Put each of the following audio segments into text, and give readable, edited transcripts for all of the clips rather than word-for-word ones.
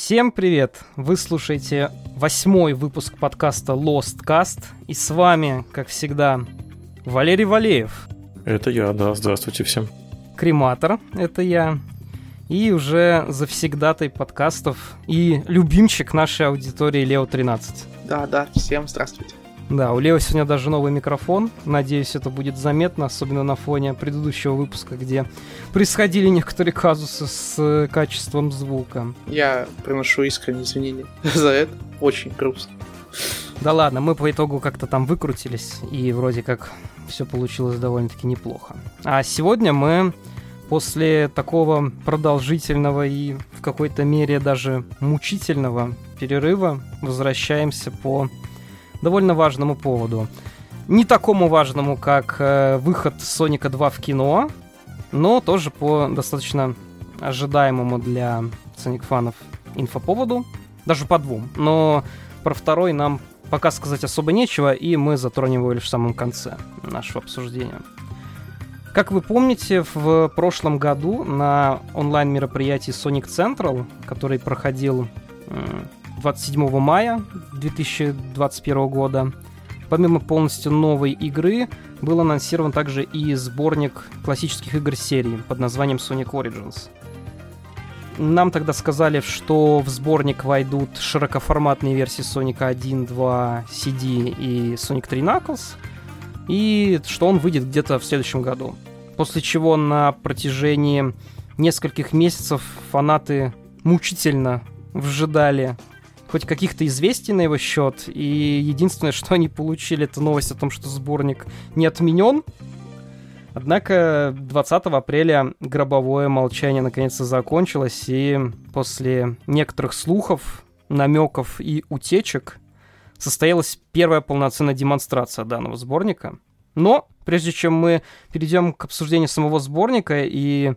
Всем привет! Вы слушаете 8-й выпуск подкаста Lost Cast, и с вами, как всегда, Валерий Валеев. Это я, да, здравствуйте всем. Крематор, это я. И уже завсегдатай подкастов и любимчик нашей аудитории Лео 13. Да, всем здравствуйте. Да, у Лео сегодня даже новый микрофон. Надеюсь, это будет заметно, особенно на фоне предыдущего выпуска, где происходили некоторые казусы с качеством звука. Я приношу искренние извинения за это. Очень грустно. Да ладно, мы по итогу как-то там выкрутились, и вроде как все получилось довольно-таки неплохо. А сегодня мы после такого продолжительного и в какой-то мере даже мучительного перерыва возвращаемся по довольно важному поводу. Не такому важному, как выход Соника 2 в кино, но тоже по достаточно ожидаемому для Соник-фанов инфоповоду. Даже по двум. Но про второй нам пока сказать особо нечего, и мы затронем его лишь в самом конце нашего обсуждения. Как вы помните, в прошлом году на онлайн-мероприятии Sonic Central, который проходил 27 мая 2021 года, помимо полностью новой игры, был анонсирован также и сборник классических игр серии под названием Sonic Origins. Нам тогда сказали, что в сборник войдут широкоформатные версии Sonic 1, 2, CD и Sonic 3 Knuckles, и что он выйдет где-то в следующем году. После чего на протяжении нескольких месяцев фанаты мучительно вжидали хоть каких-то известий на его счет, и единственное, что они получили, это новость о том, что сборник не отменен. Однако 20 апреля гробовое молчание наконец-то закончилось, и после некоторых слухов, намеков и утечек состоялась первая полноценная демонстрация данного сборника. Но прежде чем мы перейдем к обсуждению самого сборника, и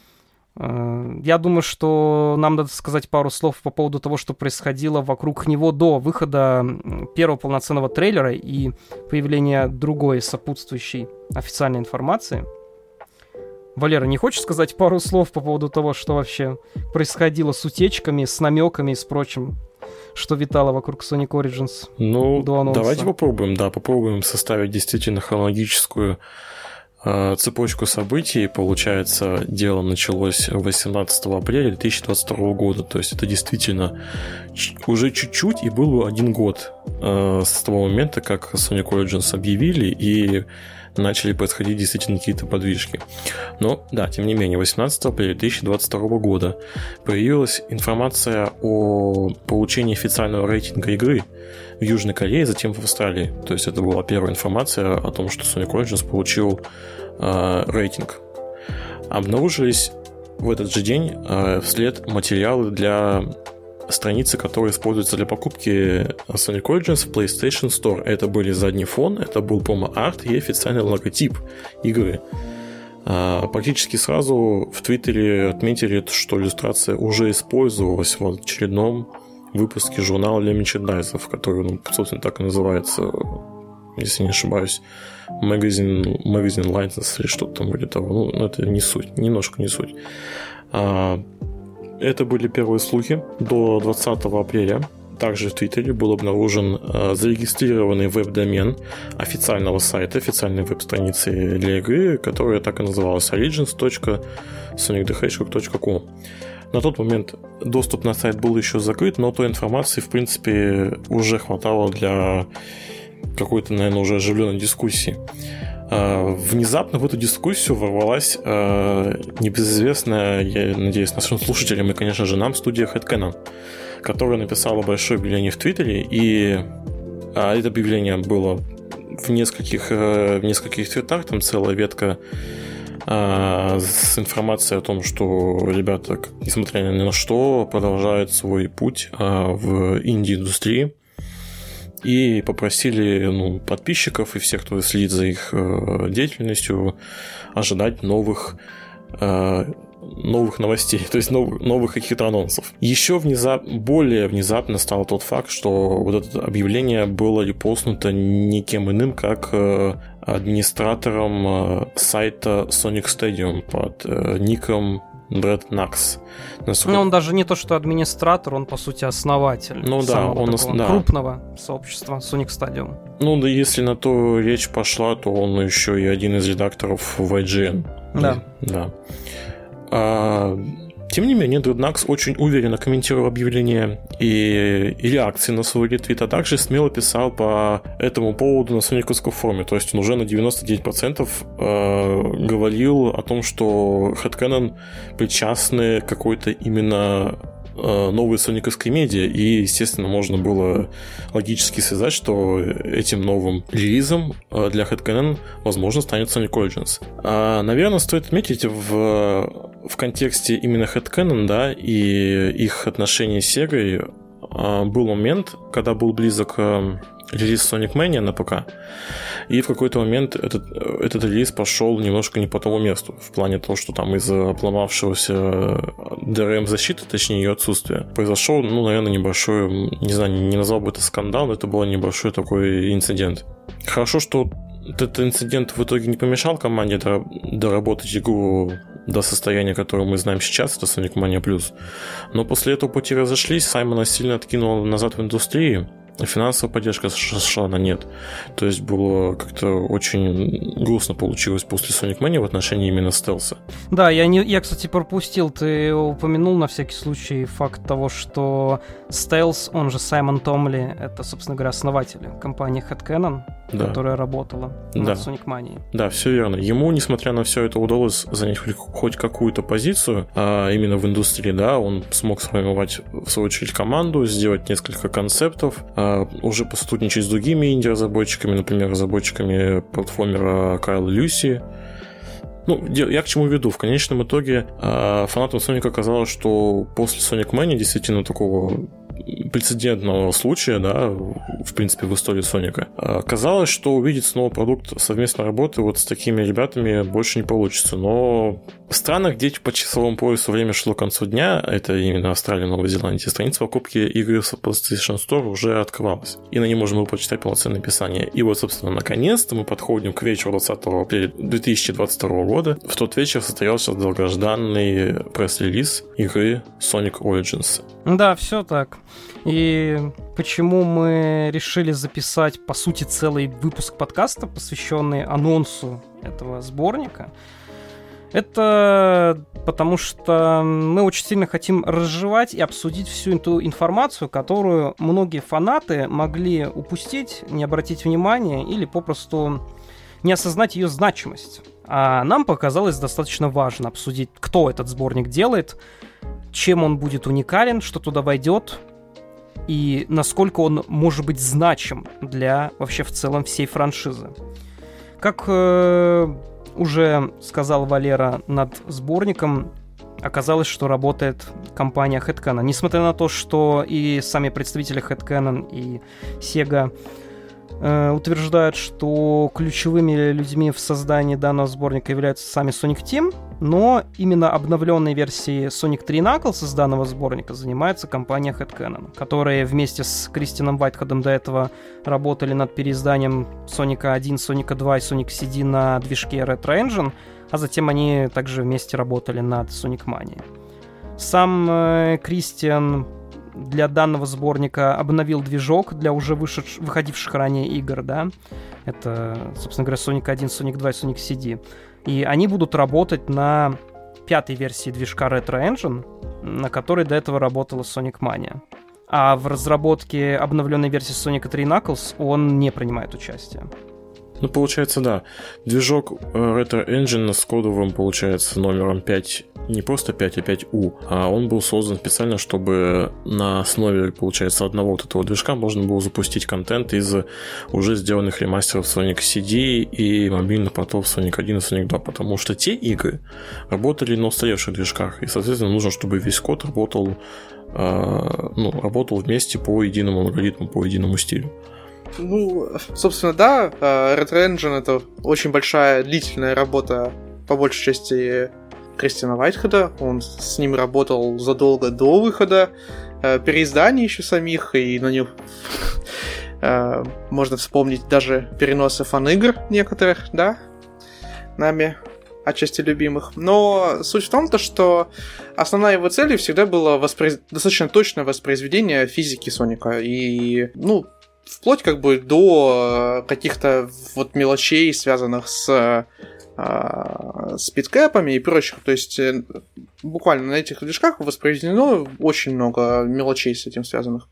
я думаю, что нам надо сказать пару слов по поводу того, что происходило вокруг него до выхода первого полноценного трейлера и появления другой сопутствующей официальной информации. Валера, не хочешь сказать пару слов по поводу того, что вообще происходило с утечками, с намеками и с прочим, что витало вокруг Sonic Origins до анонса? Давайте попробуем составить действительно хронологическую цепочку событий. Получается, дело началось 18 апреля 2022 года. То есть это действительно уже чуть-чуть, и был 1 год с того момента, как Sonic Origins объявили, и начали происходить действительно какие-то подвижки. Но, да, тем не менее, 18 апреля 2022 года появилась информация о получении официального рейтинга игры в Южной Корее, затем в Австралии. То есть это была первая информация о том, что Sonic Origins получил рейтинг. Обнаружились в этот же день вслед материалы для страницы, которые используются для покупки Sonic Origins в PlayStation Store. Это были задний фон, это был промо-арт и официальный логотип игры. Практически сразу в Твиттере отметили, что иллюстрация уже использовалась в очередном выпуске журнала для мерчендайзов, который, собственно, так и называется, если не ошибаюсь, Magazine License или что-то там вроде того. Это не суть, немножко не суть. Это были первые слухи. До 20 апреля также в Твиттере был обнаружен зарегистрированный веб-домен официального сайта, официальной веб-страницы для игры, которая так и называлась origins.sonicthehedgehog.com. На тот момент доступ на сайт был еще закрыт, но той информации, в принципе, уже хватало для какой-то, наверное, уже оживленной дискуссии. Внезапно в эту дискуссию ворвалась небезызвестная, я надеюсь, нашим слушателям и, конечно же, нам, студия HeadCannon, которая написала большое объявление в Твиттере, и это объявление было в нескольких твитах, там целая ветка с информацией о том, что ребята, несмотря ни на что, продолжают свой путь в инди-индустрии. И попросили подписчиков и всех, кто следит за их деятельностью, ожидать новых новостей, то есть новых каких-то анонсов. Еще более внезапно стал тот факт, что вот это объявление было репостнуто никем иным, как администратором сайта Sonic Stadium под ником Брэд Накс. Ну, он даже не то, что администратор, он, по сути, основатель крупного сообщества Sonic Stadium. Ну, да, если на то речь пошла, то он еще и один из редакторов в IGN. Да. Тем не менее, Dreadnoughts очень уверенно комментировал объявление и реакции на свой ретвит, а также смело писал по этому поводу на сониковском форуме. То есть он уже на 99% говорил о том, что HeadCannon причастны к какой-то именно новой сониковской медиа, и, естественно, можно было логически связать, что этим новым релизом для HeadCannon, возможно, станет Sonic Origins. Наверное, стоит отметить в контексте именно HeadCannon, да, и их отношений с Сегой, был момент, когда был близок релиз Sonic Mania на ПК, и в какой-то момент этот релиз пошел немножко не по тому месту, в плане того, что там из-за обломавшегося DRM-защиты, точнее ее отсутствия, произошел, наверное, небольшой, не знаю, не назвал бы это скандал, но это был небольшой такой инцидент. Хорошо, что этот инцидент в итоге не помешал команде доработать игру до состояния, которое мы знаем сейчас, это Sonic Mania Plus. Но после этого пути разошлись, Саймона сильно откинул назад в индустрию, финансовая поддержка сошла на нет. То есть было как-то очень грустно получилось после Sonic Mania в отношении именно стелса. Да, я, кстати, пропустил, ты упомянул на всякий случай факт того, что стелс, он же Саймон Томли, это, собственно говоря, основатель компании HeadCannon, которая работала над Sonic Mania. Да, все верно. Ему, несмотря на все это, удалось занять хоть какую-то позицию именно в индустрии, да, он смог сформировать, в свою очередь, команду, сделать несколько концептов, уже посотрудничать с другими инди-разработчиками, например, разработчиками платформера Кайла Люси. Я к чему веду? В конечном итоге фанатам Соника казалось, что после Sonic Mania, действительно такого прецедентного случая, да, в принципе, в истории Соника, казалось, что увидеть снова продукт совместной работы вот с такими ребятами больше не получится. Но в странах, где по часовому поясу время шло к концу дня, это именно Австралия, Новая Зеландия, страница покупки игры с PlayStation Store уже открывалась. И на ней можно было почитать полноценное описание. И вот, собственно, наконец-то мы подходим к вечеру 20 апреля 2022 года. В тот вечер состоялся долгожданный пресс-релиз игры Sonic Origins. Да, все так. И почему мы решили записать, по сути, целый выпуск подкаста, посвященный анонсу этого сборника? Это потому что мы очень сильно хотим разжевать и обсудить всю эту информацию, которую многие фанаты могли упустить, не обратить внимания или попросту не осознать ее значимость. А нам показалось достаточно важно обсудить, кто этот сборник делает, чем он будет уникален, что туда войдет, и насколько он может быть значим для вообще в целом всей франшизы. Как уже сказал Валера, над сборником оказалось, что работает компания HeadCannon. Несмотря на то, что и сами представители HeadCannon и Sega утверждают, что ключевыми людьми в создании данного сборника являются сами Sonic Team, но именно обновленной версией Sonic 3 Knuckles из данного сборника занимается компания HeadCannon, которые вместе с Кристианом Уайтхедом до этого работали над переизданием Sonic 1, Sonic 2 и Sonic CD на движке Retro Engine, а затем они также вместе работали над Sonic Mania. Сам Кристиан для данного сборника обновил движок для уже выходивших ранее игр, да. Это, собственно говоря, Sonic 1, Sonic 2 и Sonic CD. И они будут работать на пятой версии движка Retro Engine, на которой до этого работала Sonic Mania. А в разработке обновленной версии Sonic 3 Knuckles он не принимает участие. Получается, да. Движок Retro Engine с кодовым, получается, номером 5, не просто 5, а 5U, а он был создан специально, чтобы на основе, получается, одного вот этого движка можно было запустить контент из уже сделанных ремастеров Sonic CD и мобильных портов Sonic 1 и Sonic 2, потому что те игры работали на устаревших движках, и, соответственно, нужно, чтобы весь код работал вместе по единому алгоритму, по единому стилю. Собственно, да, Retro Engine — это очень большая, длительная работа, по большей части, Кристиана Уайтхеда. Он с ним работал задолго до выхода переизданий еще самих, и на них можно вспомнить даже переносы фан-игр некоторых, да, нами отчасти любимых. Но суть в том, что основная его цель всегда была достаточно точное воспроизведение физики Соника. И, вплоть до каких-то вот мелочей, связанных с спидкэпами и прочих. То есть буквально на этих движках воспроизведено очень много мелочей с этим связанных.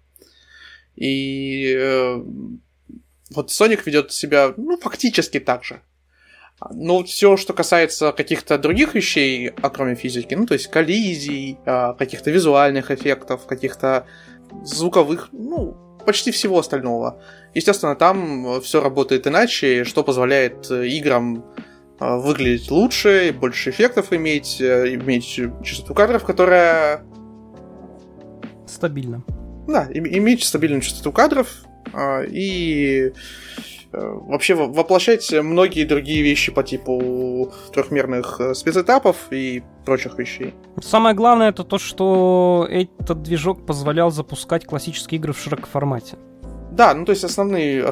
И вот Sonic ведет себя, фактически так же. Но все, что касается каких-то других вещей, кроме физики, то есть коллизий, каких-то визуальных эффектов, каких-то звуковых, почти всего остального. Естественно, там все работает иначе, что позволяет играм выглядеть лучше, больше эффектов иметь частоту кадров, которая... Стабильна. Да, иметь стабильную частоту кадров и вообще воплощать многие другие вещи по типу трехмерных спецэтапов и прочих вещей. Самое главное это то, что этот движок позволял запускать классические игры в широкоформате. Да, то есть основной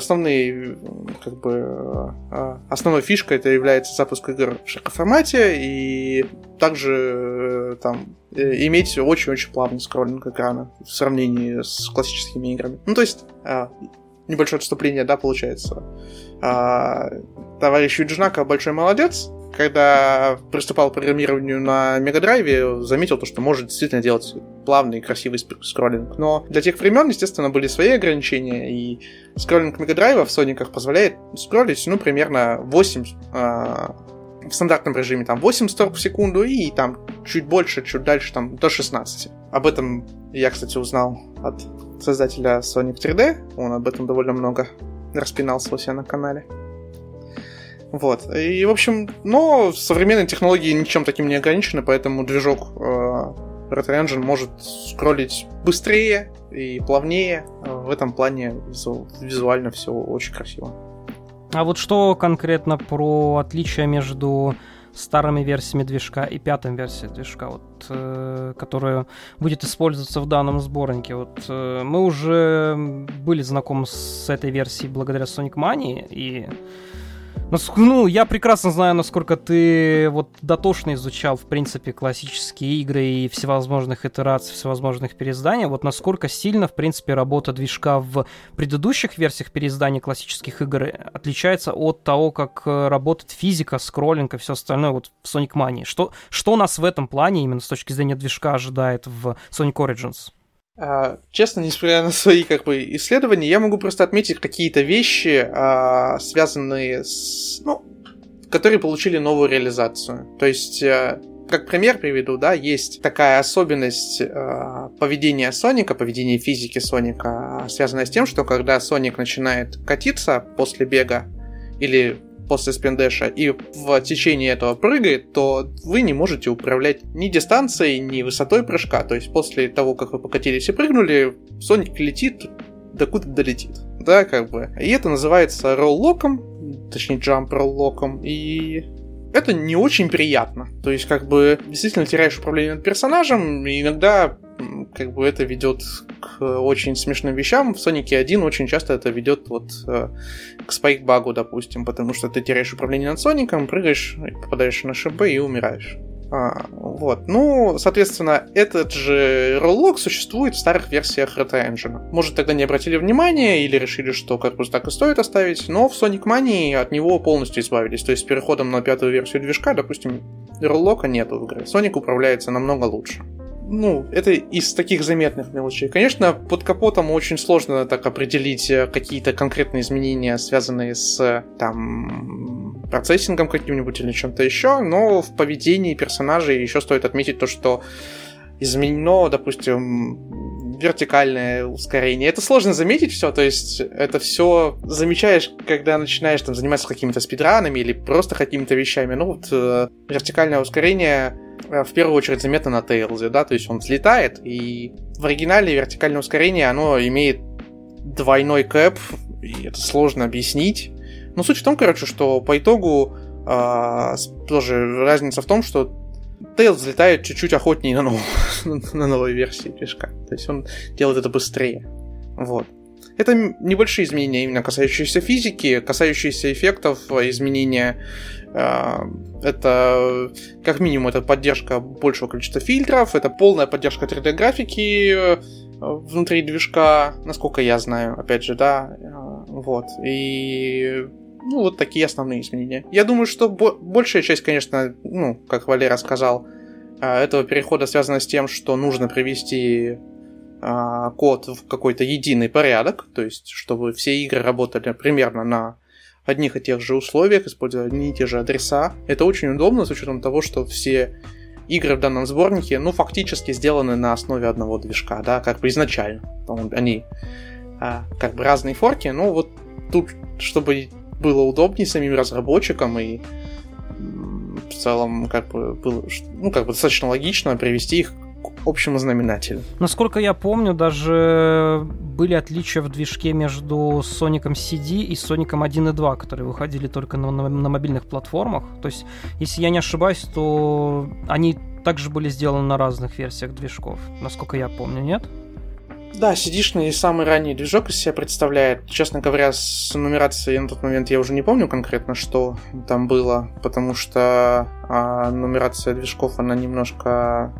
фишкой это является запуск игр в широкоформате и также иметь очень-очень плавный скроллинг экрана в сравнении с классическими играми. То есть небольшое отступление, получается. Товарищ Юджинака большой молодец. Когда приступал к программированию на Мегадрайве, заметил что может действительно делать плавный и красивый скроллинг. Но для тех времен, естественно, были свои ограничения, и скроллинг Мегадрайва в Сониках позволяет скроллить, примерно 8 в стандартном режиме, 8 строк в секунду, и чуть больше, чуть дальше, до 16. Об этом я, кстати, узнал от создателя Sonic 3D, он об этом довольно много распинался у себя на канале. Вот. И, в общем, современные технологии ничем таким не ограничены, поэтому движок Red Engine может скроллить быстрее и плавнее. В этом плане визуально все очень красиво. А вот что конкретно про отличия между старыми версиями движка и пятой версией движка, которая будет использоваться в данном сборнике? Мы уже были знакомы с этой версией благодаря Sonic Mania, и я прекрасно знаю, насколько ты дотошно изучал, в принципе, классические игры и всевозможных итераций, всевозможных переизданий. Насколько сильно, в принципе, работа движка в предыдущих версиях переизданий классических игр отличается от того, как работает физика, скроллинг и все остальное в Sonic Mania. Что нас в этом плане, именно с точки зрения движка, ожидает в Sonic Origins? Честно, несмотря на свои исследования, я могу просто отметить какие-то вещи, связанные с... которые получили новую реализацию. То есть, как пример приведу, есть такая особенность поведения Соника, поведения физики Соника, связанная с тем, что когда Соник начинает катиться после бега или после спиндэша и в течение этого прыгает, то вы не можете управлять ни дистанцией, ни высотой прыжка. То есть после того, как вы покатились и прыгнули, Соник летит, докуда долетит. И это называется ролл-локом, точнее jump ролл-локом, и это не очень приятно. То есть действительно теряешь управление над персонажем, и иногда это ведет к очень смешным вещам. В Сонике 1 очень часто это ведет к спайк-багу, допустим, потому что ты теряешь управление над Соником, прыгаешь, попадаешь на ШБ и умираешь. Соответственно, этот же роллок существует в старых версиях Red Engine. Может, тогда не обратили внимания или решили, что корпус так и стоит оставить, но в Sonic Mania от него полностью избавились. То есть с переходом на пятую версию движка, допустим, роллока нету в игре. Соник управляется намного лучше. Это из таких заметных мелочей. Конечно, под капотом очень сложно так определить какие-то конкретные изменения, связанные с процессингом каким-нибудь или чем-то еще, но в поведении персонажей еще стоит отметить то, что изменено, допустим, вертикальное ускорение. Это сложно заметить все, то есть это все замечаешь, когда начинаешь заниматься какими-то спидранами или просто какими-то вещами. Вертикальное ускорение в первую очередь заметно на Тейлзе, то есть он взлетает, и в оригинале вертикальное ускорение, оно имеет двойной кэп, и это сложно объяснить. Но суть в том, что по итогу тоже разница в том, что Тейлз взлетает чуть-чуть охотнее на новой версии движка, то есть он делает это быстрее. Это небольшие изменения, именно касающиеся физики, касающиеся эффектов, изменения. Это, как минимум, это поддержка большего количества фильтров, это полная поддержка 3D-графики внутри движка, насколько я знаю, опять же, да. Вот. И... Ну, вот такие основные изменения. Я думаю, что большая часть, конечно, ну, как Валера сказал, этого перехода связана с тем, что нужно привести код в какой-то единый порядок, то есть, чтобы все игры работали примерно на одних и тех же условиях, используя одни и те же адреса. Это очень удобно, с учетом того, что все игры в данном сборнике, ну, фактически сделаны на основе одного движка, да, как бы изначально. Они как бы разные форки, но вот тут, чтобы было удобнее самим разработчикам и в целом как бы было, ну, как бы достаточно логично привести их к общему знаменателю. Насколько я помню, даже были отличия в движке между Соником CD и Соником 1 и 2, которые выходили только на мобильных платформах. То есть, если я не ошибаюсь, то они также были сделаны на разных версиях движков, насколько я помню, нет? Да, CD-шный самый ранний движок из себя представляет. Честно говоря, с нумерацией на тот момент я уже не помню конкретно, что там было, потому что нумерация движков, она немножко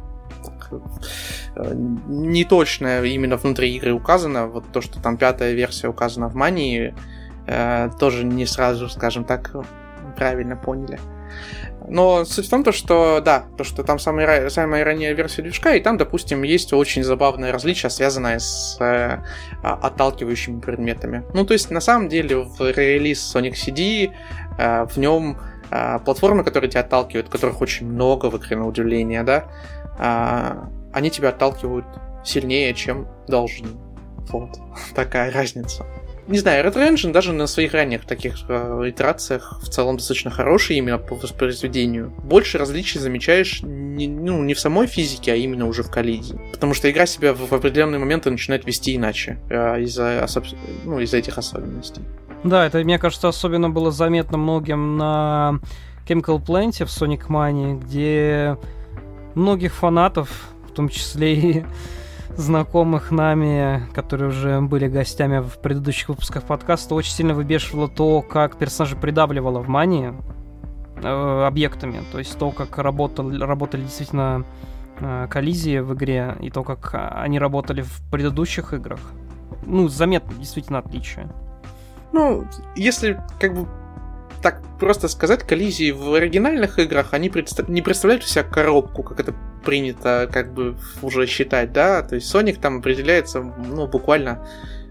неточная именно внутри игры указана. Вот то, что там 5-я версия указана в Мании, тоже не сразу, скажем так, правильно поняли. Но суть в том, что там самая ранняя версия движка, и там, допустим, есть очень забавное различие, связанное с отталкивающими предметами. Ну, то есть, на самом деле, в релиз Sonic CD в нем платформы, которые тебя отталкивают, которых очень много в игре, на удивление, да, они тебя отталкивают сильнее, чем должны. Вот. Такая разница. Не знаю, Retro Engine даже на своих ранних таких итерациях в целом достаточно хороший именно по воспроизведению. Больше различий замечаешь не в самой физике, а именно уже в коллизии. Потому что игра себя в определенные моменты начинает вести иначе из-за этих особенностей. Да, это, мне кажется, особенно было заметно многим на Chemical Plant в Sonic Mania, где многих фанатов, в том числе и знакомых нами, которые уже были гостями в предыдущих выпусках подкаста, очень сильно выбешивало то, как персонажа придавливало в Мании объектами, то есть то, как работали действительно коллизии в игре, и то, как они работали в предыдущих играх. Ну, заметно действительно отличие. Ну, если как бы так просто сказать, коллизии в оригинальных играх, они не представляют из себя коробку, как это принято как бы уже считать, да, то есть Соник там определяется, ну, буквально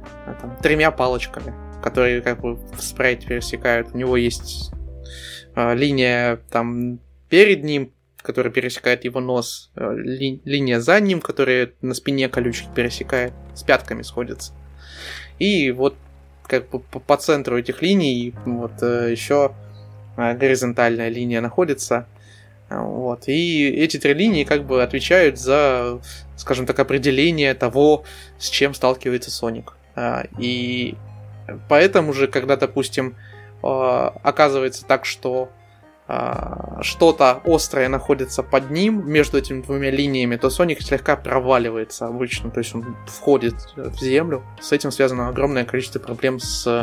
3 палочками, которые как бы в спрайте пересекают. У него есть линия там перед ним, которая пересекает его нос, линия за ним, которая на спине колючки пересекает, с пятками сходится. И вот как бы по центру этих линий вот еще горизонтальная линия находится. Вот. И эти 3 линии как бы отвечают за, скажем так, определение того, с чем сталкивается Соник. И поэтому же, когда, допустим, оказывается так, что что-то острое находится под ним, между этими 2 линиями, то Соник слегка проваливается обычно, то есть он входит в землю. С этим связано огромное количество проблем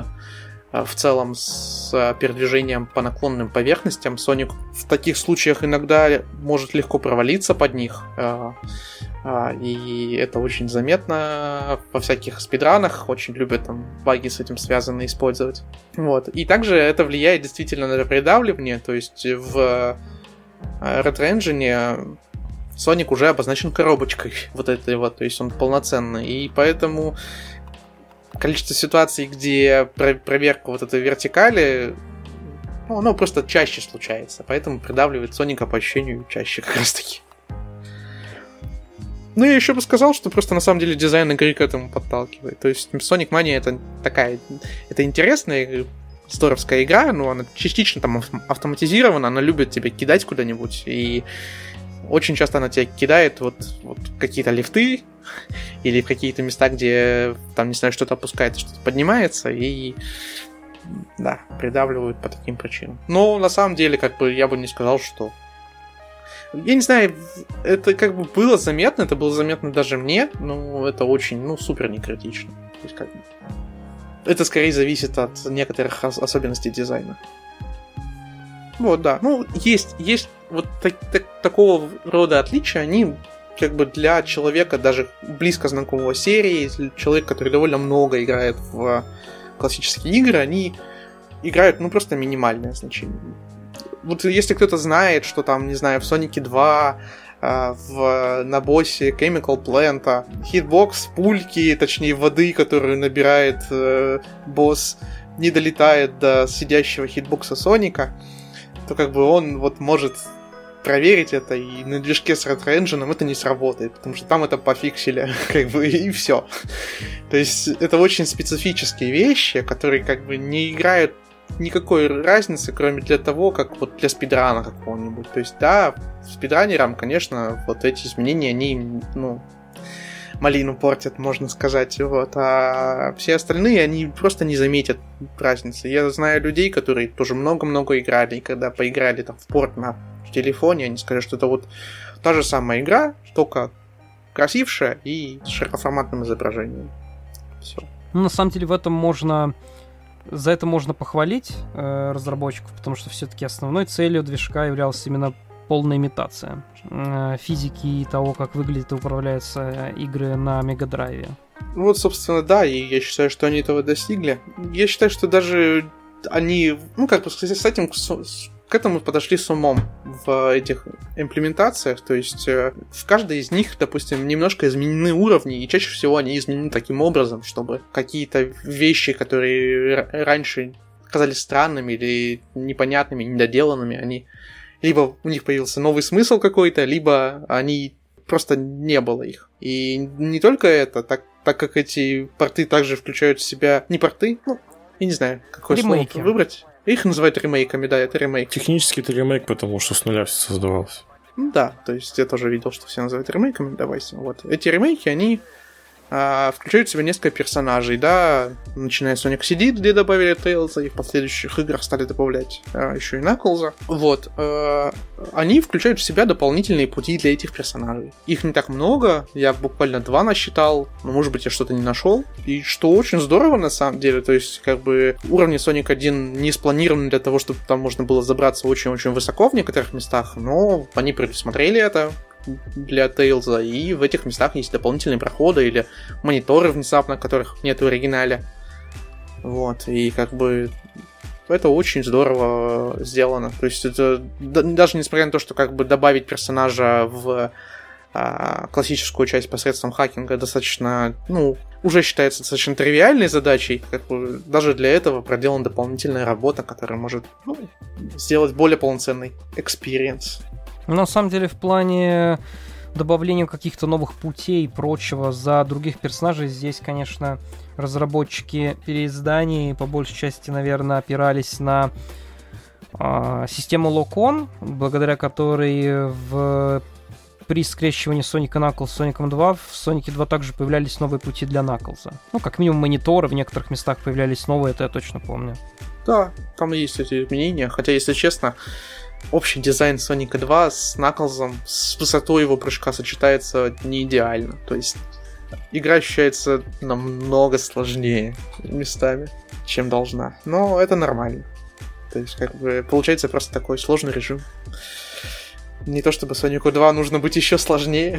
в целом с передвижением по наклонным поверхностям. Соник в таких случаях иногда может легко провалиться под них, и это очень заметно во всяких спидранах, очень любят там баги с этим связанные использовать. Вот. И также это влияет действительно на придавливание, то есть в Retro Engine Соник уже обозначен коробочкой вот этой вот, то есть он полноценный, и поэтому количество ситуаций, где проверка вот этой вертикали, ну, просто чаще случается, поэтому придавливает Соника по ощущению чаще как раз таки. Ну, я еще бы сказал, что просто на самом деле дизайн игры к этому подталкивает. То есть Sonic Mania это интересная, здоровская игра, но она частично там автоматизирована, она любит тебя кидать куда-нибудь, и очень часто она тебя кидает вот какие-то лифты или в какие-то места, где там, не знаю, что-то опускается, что-то поднимается, и да, придавливают по таким причинам. Но на самом деле, как бы, я бы не сказал, что Я не знаю, это как бы было заметно, это было заметно даже мне, но это очень, супер не критично. То есть, как бы, это скорее зависит от некоторых особенностей дизайна. Вот, да. Есть вот такого рода отличия, они как бы для человека, даже близко знакомого серии, человек, который довольно много играет в классические игры, они играют, просто минимальное значение. Вот если кто-то знает, что там, не знаю, в Sonic 2 на боссе Chemical Plant хитбокс пульки, точнее воды, которую набирает босс, не долетает до сидящего хитбокса Соника, то как бы он вот может проверить это, и на движке с Red Engine это не сработает, потому что там это пофиксили, как бы, и все. То есть это очень специфические вещи, которые как бы не играют никакой разницы, кроме для того, как вот для спидрана какого-нибудь. То есть, да, спидранерам, конечно, вот эти изменения, они, малину портят, можно сказать, вот, а все остальные, они просто не заметят разницы. Я знаю людей, которые тоже много-много играли, и когда поиграли там в порт на телефоне, они скажут, что это вот та же самая игра, только красившая и с широкоформатным изображением. Все. На самом деле за это можно похвалить разработчиков, потому что все-таки основной целью движка являлась именно полная имитация физики и того, как выглядят и управляются игры на Мегадрайве. Вот, собственно, да, и я считаю, что они этого достигли. Я считаю, что даже они, к этому подошли с умом в этих имплементациях, то есть в каждой из них, допустим, немножко изменены уровни, и чаще всего они изменены таким образом, чтобы какие-то вещи, которые раньше казались странными или непонятными, недоделанными, они либо у них появился новый смысл какой-то, либо они просто не было их. И не только это, так как эти порты также включают в себя... Не порты, я не знаю, какое слово выбрать. Их называют ремейками, да, это ремейк. Технически это ремейк, потому что с нуля все создавалось. Да, то есть я тоже видел, что все называют ремейками, давайте. Вот. Эти ремейки, они включают в себя несколько персонажей, да, начиная с Sonic CD, где добавили Тейлза, и в последующих играх стали добавлять еще и Наклза. Вот. Они включают в себя дополнительные пути для этих персонажей. Их не так много, я буквально 2 насчитал, но, может быть, я что-то не нашел. И что очень здорово, на самом деле, то есть, как бы, уровни Sonic 1 не спланированы для того, чтобы там можно было забраться очень-очень высоко в некоторых местах, но они предусмотрели это для Тейлза, и в этих местах есть дополнительные проходы или мониторы внезапно, которых нет в оригинале. Вот, и как бы это очень здорово сделано. То есть это даже несмотря на то, что как бы добавить персонажа в классическую часть посредством хакинга достаточно, уже считается достаточно тривиальной задачей, как бы даже для этого проделана дополнительная работа, которая может сделать более полноценный экспириенс. На самом деле, в плане добавления каких-то новых путей и прочего за других персонажей, здесь, конечно, разработчики переизданий по большей части, наверное, опирались на систему Lock-On, благодаря которой при скрещивании Sonic и Knuckles с Sonic 2 в Sonic 2 также появлялись новые пути для Knuckles. Как минимум мониторы в некоторых местах появлялись новые, это я точно помню. Да, там есть эти изменения, хотя, если честно, общий дизайн Соника 2 с Наклзом, с высотой его прыжка сочетается не идеально. То есть игра ощущается намного сложнее местами, чем должна. Но это нормально. То есть, как бы, получается просто такой сложный режим. Не то чтобы Сонику 2 нужно быть еще сложнее.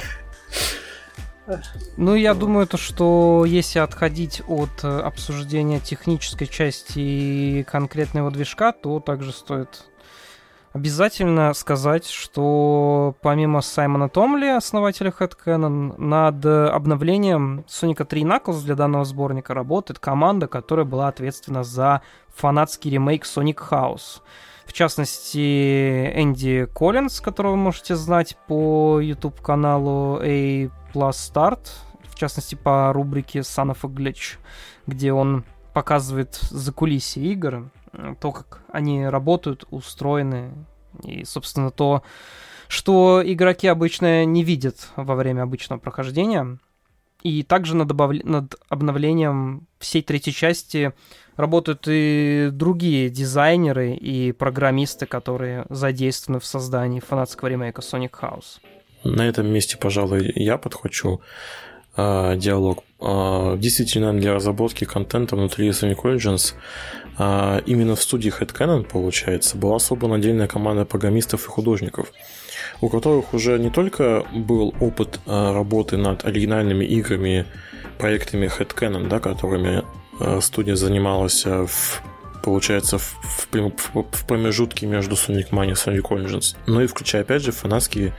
Я думаю, что если отходить от обсуждения технической части и конкретного движка, то также стоит обязательно сказать, что помимо Саймона Томли, основателя Headcanon, над обновлением Sonic 3 Knuckles для данного сборника работает команда, которая была ответственна за фанатский ремейк Sonic House. В частности, Энди Коллинз, которого вы можете знать по YouTube-каналу A+ Start, в частности, по рубрике Son of a Glitch, где он показывает закулисье игр, то, как они работают, устроены, и, собственно, то, что игроки обычно не видят во время обычного прохождения. И также над обновлением всей третьей части работают и другие дизайнеры и программисты, которые задействованы в создании фанатского ремейка Sonic House. На этом месте, пожалуй, я подхвачу диалог. Действительно, для разработки контента внутри Sonic Origins именно в студии Headcanon, получается, была собрана отдельная команда программистов и художников, у которых уже не только был опыт работы над оригинальными играми, проектами Headcanon, да, которыми студия занималась получается, в промежутке между Sonic Mania и Sonic Origins, но и включая, опять же, фанатские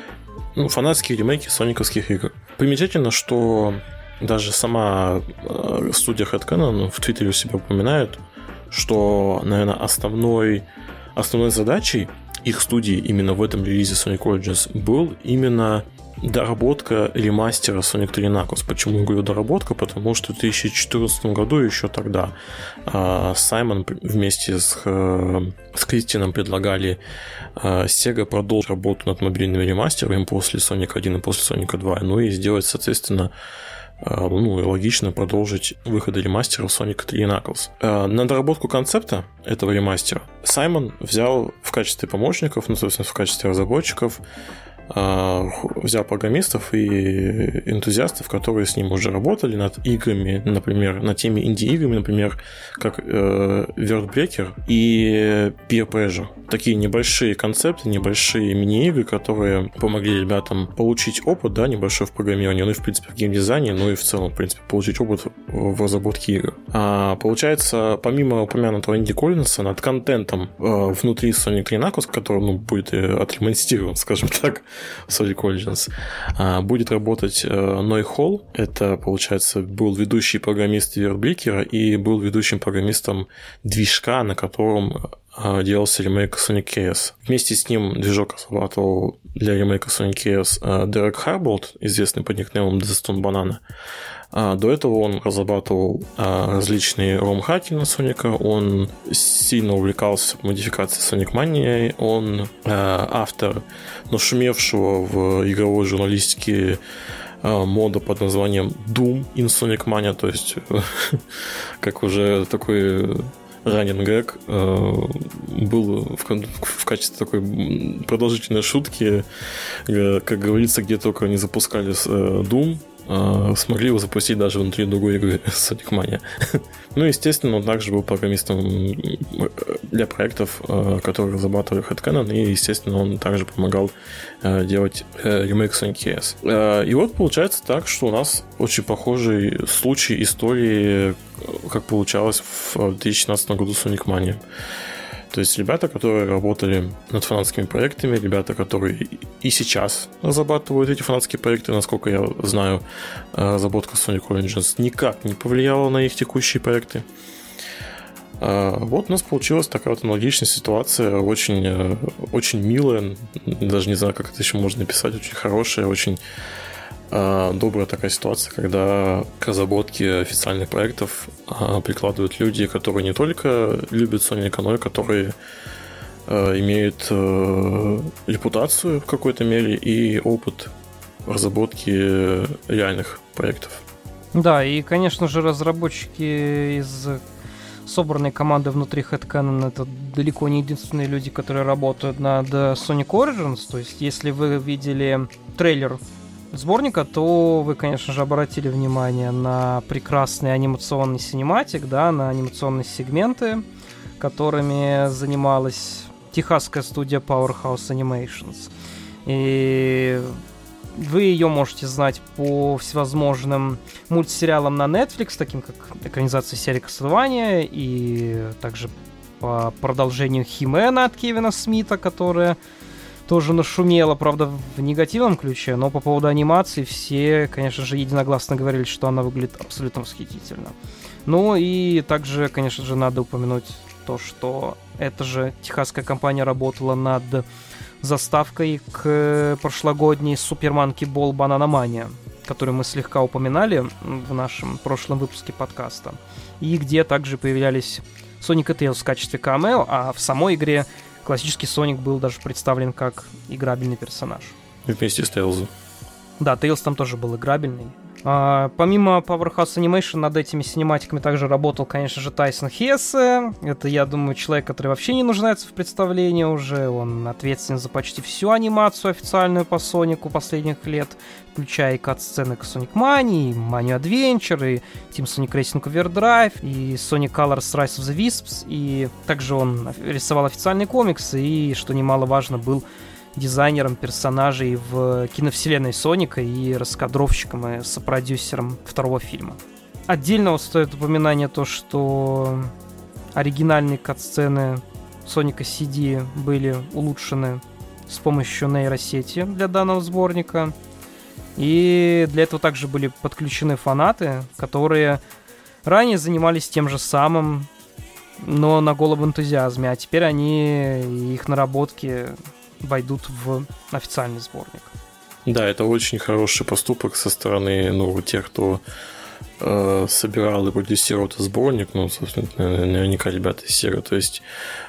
ремейки сониковских игр. Примечательно, что даже сама студия Headcanon в Твиттере у себя упоминает, что, наверное, основной задачей их студии именно в этом релизе Sonic Origins был именно доработка ремастера Sonic 3 Knuckles. Почему я говорю доработка? Потому что в 2014 году еще тогда Саймон вместе с Кристином предлагали Sega продолжить работу над мобильными ремастерами после Sonic 1 и после Sonic 2, ну и сделать, соответственно, логично продолжить выходы ремастеров Sonic 3 Knuckles. На доработку концепта этого ремастера Саймон взял в качестве помощников, собственно, в качестве разработчиков, взял программистов и энтузиастов, которые с ним уже работали над играми, например, над теми инди-играми, например, как Wordbreaker и Peer Pressure. Такие небольшие концепты, небольшие мини-игры, которые помогли ребятам получить опыт, да, небольшой в программировании, ну и, в принципе, в геймдизайне, ну и в целом, в принципе, получить опыт в разработке игр. Получается, помимо упомянутого Энди Коллинса, над контентом внутри Sonic 3 Knuckles, который, будет отремонтирован, скажем так, Sonic Origins, будет работать Ной Холл. Это, получается, был ведущий программист Wordbreaker и был ведущим программистом движка, на котором делался ремейк Sonic Chaos. Вместе с ним движок разрабатывал для ремейка Sonic Chaos Дерек Харболд, известный под никнеймом The Stone Banana. До этого он разрабатывал различные ром-хаки на Соника, он сильно увлекался модификацией Sonic Mania, он автор нашумевшего в игровой журналистике мода под названием Doom in Sonic Mania, то есть как уже такой ранен гэг был в качестве такой продолжительной шутки, как говорится, где только не запускали Doom, смогли его запустить даже внутри другой игры Sonic Mania. Ну, естественно, он также был программистом для проектов, которые разрабатывали Headcanon, и, естественно, он также помогал делать ремейк Sonic Chaos. И вот получается так, что у нас очень похожий случай истории, как получалось в 2016 году Sonic Mania. То есть ребята, которые работали над фанатскими проектами, ребята, которые и сейчас разрабатывают эти фанатские проекты, насколько я знаю, разработка Sonic Origins никак не повлияла на их текущие проекты. Вот у нас получилась такая вот аналогичная ситуация, очень, очень милая, даже не знаю, как это еще можно написать, очень хорошая, очень добрая такая ситуация, когда к разработке официальных проектов прикладывают люди, которые не только любят Соника, но и которые имеют репутацию в какой-то мере и опыт разработки реальных проектов. Да, и, конечно же, разработчики из собранной команды внутри Headcanon — это далеко не единственные люди, которые работают над Sonic Origins. То есть, если вы видели трейлер сборника, то вы, конечно же, обратили внимание на прекрасный анимационный синематик, да, на анимационные сегменты, которыми занималась техасская студия Powerhouse Animations. И вы ее можете знать по всевозможным мультсериалам на Netflix, таким как экранизация серии Castlevania, и также по продолжению He-Man от Кевина Смита, которая тоже нашумело, правда, в негативном ключе, но по поводу анимации все, конечно же, единогласно говорили, что она выглядит абсолютно восхитительно. Ну и также, конечно же, надо упомянуть то, что эта же техасская компания работала над заставкой к прошлогодней Super Monkey Ball Banana Mania, которую мы слегка упоминали в нашем прошлом выпуске подкаста, и где также появлялись Sonic и Tails в качестве камео, а в самой игре классический Соник был даже представлен как играбельный персонаж. Вместе с Тейлзом. Да, Тейлз там тоже был играбельный. Помимо Powerhouse Animation над этими синематиками также работал, конечно же, Тайсон Хессе. Это, я думаю, человек, который вообще не нуждается в представлении уже. Он ответственен за почти всю анимацию официальную по Сонику последних лет, включая и кат-сцены к Sonic Mania, и Mania Adventure, и Team Sonic Racing Overdrive, и Sonic Colors Rise of the Wisps. И также он рисовал официальные комиксы, и, что немаловажно, был дизайнером персонажей в киновселенной Соника и раскадровщиком и сопродюсером второго фильма. Отдельно стоит упоминание то, что оригинальные кат-сцены Соника CD были улучшены с помощью нейросети для данного сборника. И для этого также были подключены фанаты, которые ранее занимались тем же самым, но на голом энтузиазме, а теперь их наработки войдут в официальный сборник. Да, это очень хороший поступок со стороны тех, кто собирал и продюсировал этот сборник, собственно, наверняка ребята из Sega. То есть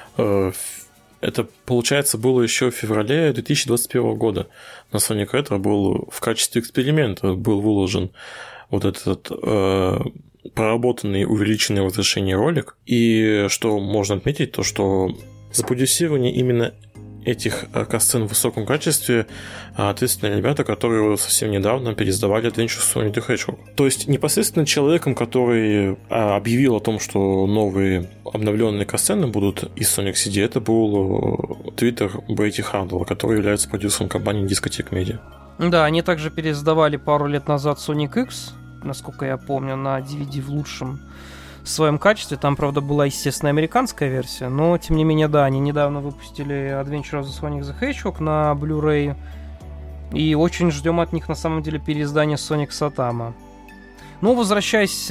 это, получается, было еще в феврале 2021 года. На Sonic Retro был в качестве эксперимента был выложен вот этот проработанный увеличенный разрешение ролик. И что можно отметить, то что за продюсирование именно этих катсцен в высоком качестве ответственные ребята, которые совсем недавно переиздавали Adventures Sonic the Hedgehog. То есть непосредственно человеком, который объявил о том, что новые обновленные катсцены будут из Sonic CD, это был твиттер Брейти Хардвелла, который является продюсером компании Discotheque Media. Да, они также переиздавали пару лет назад Sonic X, насколько я помню, на DVD в лучшем своем качестве. Там, правда, была, естественно, американская версия, но, тем не менее, да, они недавно выпустили Adventure of the Sonic the Hedgehog на Blu-ray, и очень ждем от них, на самом деле, переиздания Sonic Satama. Возвращаясь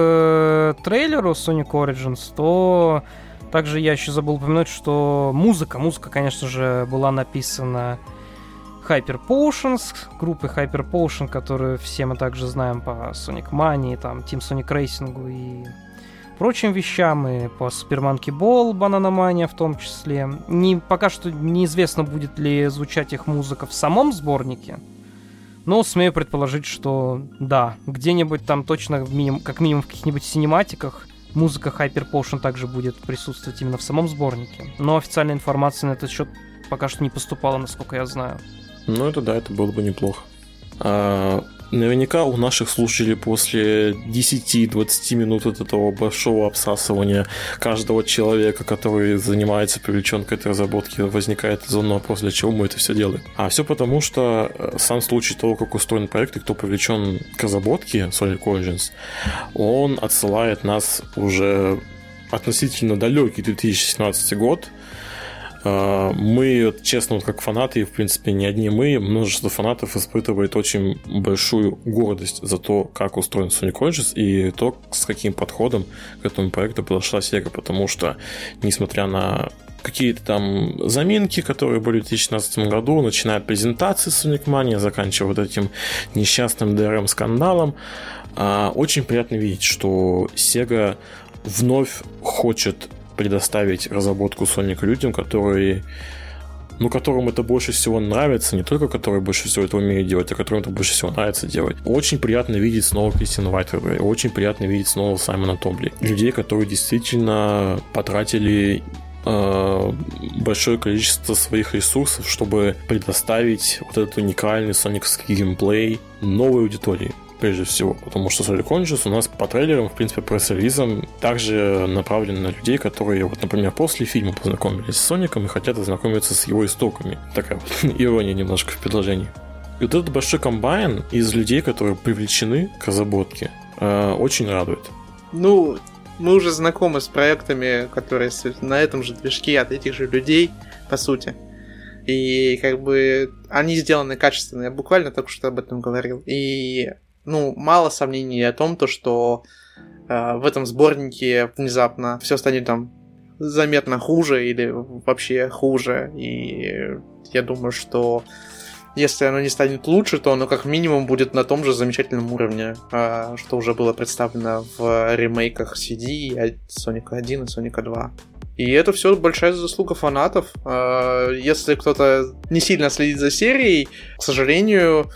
к трейлеру Sonic Origins, то также я еще забыл упомянуть, что музыка, конечно же, была написана Hyper Potions, группы Hyper Potion, которую все мы также знаем по Sonic Mania, там, Team Sonic Racing и прочим вещам, и по Super Monkey Ball, Banana Mania в том числе. Пока что неизвестно, будет ли звучать их музыка в самом сборнике, но смею предположить, что да, где-нибудь там точно, как минимум в каких-нибудь синематиках, музыка Hyper Potion также будет присутствовать именно в самом сборнике. Но официальной информации на этот счет пока что не поступало, насколько я знаю. Это было бы неплохо. Наверняка у наших слушателей после 10-20 минут от этого большого обсасывания каждого человека, который занимается привлечен к этой разработке, возникает резонный вопрос, для чего мы это все делаем. А все потому, что сам случай того, как устроен проект и кто привлечен к разработке Sonic Origins, он отсылает нас уже относительно далекий 2017 год. Мы, честно, как фанаты, и в принципе не одни мы, множество фанатов испытывает очень большую гордость за то, как устроен Sonic Origins и то, с каким подходом к этому проекту подошла Sega, потому что, несмотря на какие-то там заминки, которые были в 2016 году, начиная от презентации Sonic Mania, заканчивая вот этим несчастным DRM-скандалом, очень приятно видеть, что Sega вновь хочет предоставить разработку Соника людям, которым это больше всего нравится, не только которые больше всего это умеют делать, а которым это больше всего нравится делать. Очень приятно видеть снова Кристину Вайтхеда, очень приятно видеть снова Саймона Томбли. Людей, которые действительно потратили большое количество своих ресурсов, чтобы предоставить вот этот уникальный сониковский геймплей новой аудитории. Прежде всего, потому что Sonic Origins у нас по трейлерам, в принципе, пресс-релизам также направлен на людей, которые, например, после фильма познакомились с Соником и хотят ознакомиться с его истоками. Такая вот ирония немножко в предложении. И вот этот большой комбайн из людей, которые привлечены к разработке, очень радует. Мы уже знакомы с проектами, которые на этом же движке от этих же людей, по сути. И они сделаны качественно. Я буквально только что об этом говорил. И мало сомнений о том, что в этом сборнике внезапно все станет там заметно хуже или вообще хуже. И я думаю, что если оно не станет лучше, то оно как минимум будет на том же замечательном уровне, что уже было представлено в ремейках CD, Sonic 1 и Sonic 2. И это все большая заслуга фанатов. Если кто-то не сильно следит за серией, к сожалению,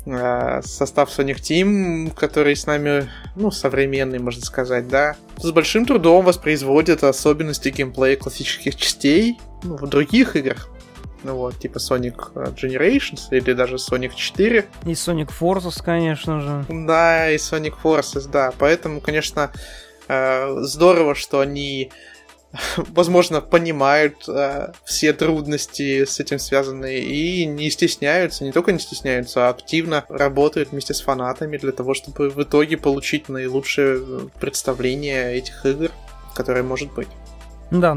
состав Sonic Team, который с нами, современный, можно сказать, да, с большим трудом воспроизводит особенности геймплея классических частей в других играх. Типа Sonic Generations или даже Sonic 4. И Sonic Forces, конечно же. Да, и Sonic Forces, да. Поэтому, конечно, здорово, что они, возможно, понимают все трудности с этим связанные и не стесняются, не только не стесняются, а активно работают вместе с фанатами для того, чтобы в итоге получить наилучшее представление этих игр, которое может быть. Да,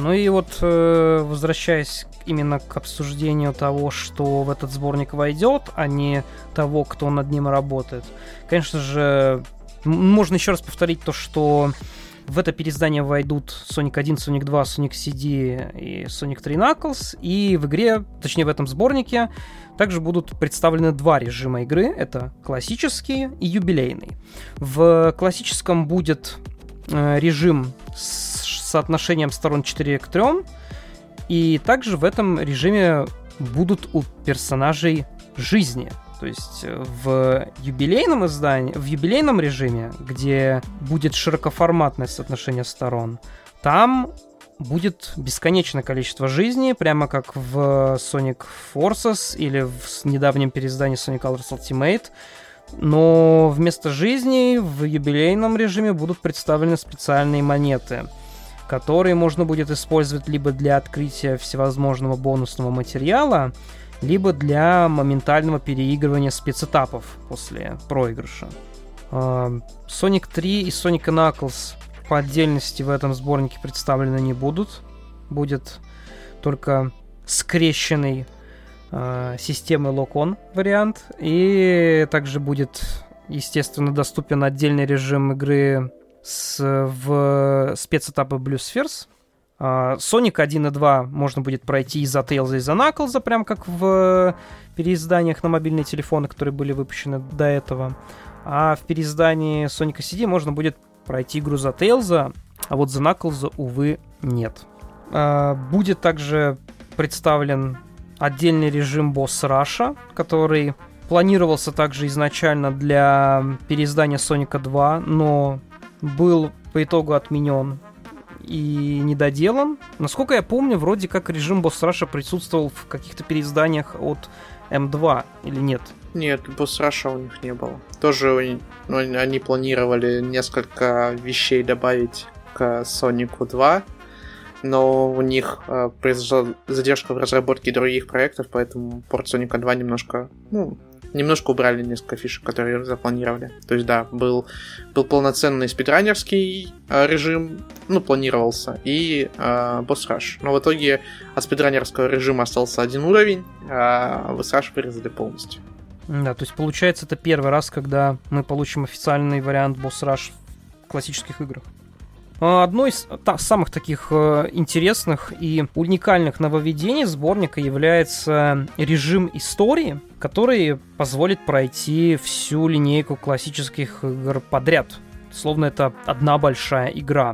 возвращаясь именно к обсуждению того, что в этот сборник войдет, а не того, кто над ним работает. Конечно же, можно еще раз повторить то, что в это переиздание войдут Sonic 1, Sonic 2, Sonic CD и Sonic 3 Knuckles, и в игре, точнее в этом сборнике, также будут представлены два режима игры, это классический и юбилейный. В классическом будет режим с соотношением сторон 4:3, и также в этом режиме будут у персонажей жизни. То есть в юбилейном издании, в юбилейном режиме, где будет широкоформатное соотношение сторон, там будет бесконечное количество жизни, прямо как в Sonic Forces или в недавнем переиздании Sonic Colors Ultimate. Но вместо жизней в юбилейном режиме будут представлены специальные монеты, которые можно будет использовать либо для открытия всевозможного бонусного материала, либо для моментального переигрывания спецэтапов после проигрыша. Sonic 3 и Sonic Knuckles по отдельности в этом сборнике представлены не будут. Будет только скрещенный системы Lock-On вариант. И также будет, естественно, доступен отдельный режим игры в спецэтапы Blue Spheres. Sonic 1 и 2 можно будет пройти и за Tails, и за Knuckles, прям как в переизданиях на мобильные телефоны, которые были выпущены до этого. А в переиздании Sonic CD можно будет пройти игру за Tails, а вот за Knuckles, увы, нет. Будет также представлен отдельный режим Boss Rush, который планировался также изначально для переиздания Соника 2, но был по итогу отменен и недоделан. Насколько я помню, вроде как режим Boss Rush присутствовал в каких-то переизданиях от М2, или нет? Нет, Boss Rush у них не было. Тоже они планировали несколько вещей добавить к Сонику 2, но у них произошла задержка в разработке других проектов, поэтому порт Соника 2 немножко убрали несколько фишек, которые запланировали. То есть, да, был полноценный спидранерский режим, планировался, и Boss Rush. Но в итоге от спидранерского режима остался один уровень, а Boss Rush вырезали полностью. Да, то есть, получается, это первый раз, когда мы получим официальный вариант Boss Rush в классических играх. Одно из самых таких интересных и уникальных нововведений сборника является режим истории, который позволит пройти всю линейку классических игр подряд. Словно это одна большая игра.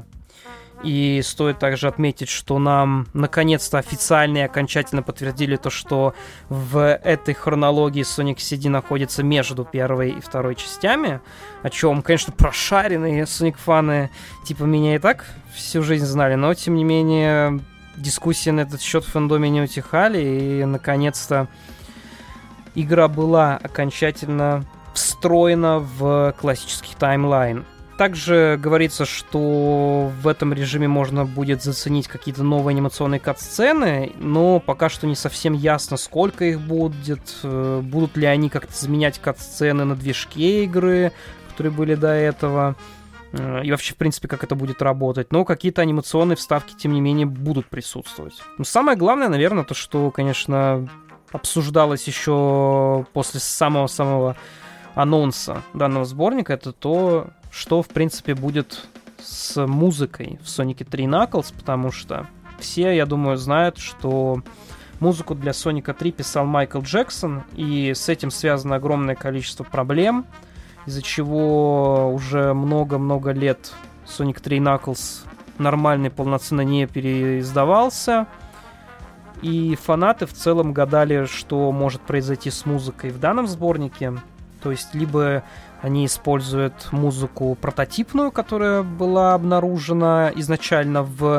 И стоит также отметить, что нам наконец-то официально и окончательно подтвердили то, что в этой хронологии Sonic CD находится между первой и второй частями, о чем, конечно, прошаренные Sonic-фаны типа меня и так всю жизнь знали, но, тем не менее, дискуссии на этот счет в фэндоме не утихали, и, наконец-то, игра была окончательно встроена в классический таймлайн. Также говорится, что в этом режиме можно будет заценить какие-то новые анимационные кат-сцены, но пока что не совсем ясно, сколько их будет, будут ли они как-то заменять кат-сцены на движке игры, которые были до этого, и вообще, в принципе, как это будет работать. Но какие-то анимационные вставки, тем не менее, будут присутствовать. Но самое главное, наверное, то, что, конечно, обсуждалось еще после самого-самого анонса данного сборника, это то, что, в принципе, будет с музыкой в Sonic 3 Knuckles, потому что все, я думаю, знают, что музыку для Sonic 3 писал Майкл Джексон, и с этим связано огромное количество проблем, из-за чего уже много-много лет Sonic 3 Knuckles нормально и полноценно не переиздавался, и фанаты в целом гадали, что может произойти с музыкой в данном сборнике. То есть либо они используют музыку прототипную, которая была обнаружена изначально в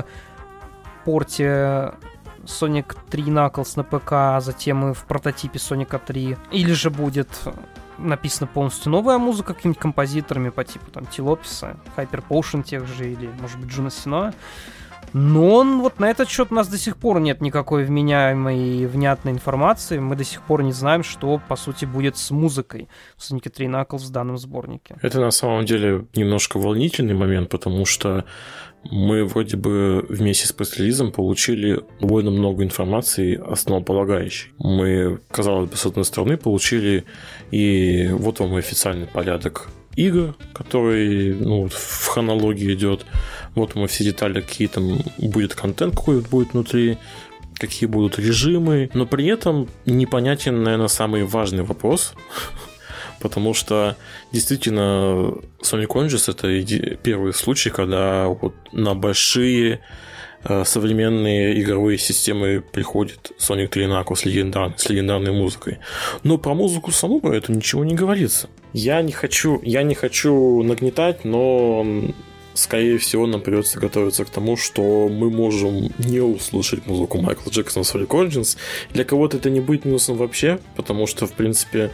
порте Sonic 3 Knuckles на ПК, а затем и в прототипе Sonic 3. Или же будет написана полностью новая музыка какими-нибудь композиторами по типу там Тилописа, Hyper Potion тех же, или, может быть, Джуна Синоа. Но вот на этот счет у нас до сих пор нет никакой вменяемой и внятной информации. Мы до сих пор не знаем, что, по сути, будет с музыкой в Sonic 3 Knuckles в данном сборнике. Это, на самом деле, немножко волнительный момент, потому что мы вроде бы вместе с пресс-релизом получили довольно много информации основополагающей. Мы, казалось бы, с одной стороны, получили и вот вам официальный порядок игр, который в хронологии идет. Вот мы все детали, какие там будет контент, какой будет внутри, какие будут режимы. Но при этом непонятен, наверное, самый важный вопрос, потому что действительно Sonic Origins — это первый случай, когда вот на большие современные игровые системы приходит Sonic 3 Knuckles с легендарной музыкой. Но про музыку саму про это ничего не говорится. Я не хочу нагнетать, но скорее всего нам придется готовиться к тому, что мы можем не услышать музыку Майкла Джексона в Sonic Origins. Для кого-то это не будет минусом вообще, потому что, в принципе,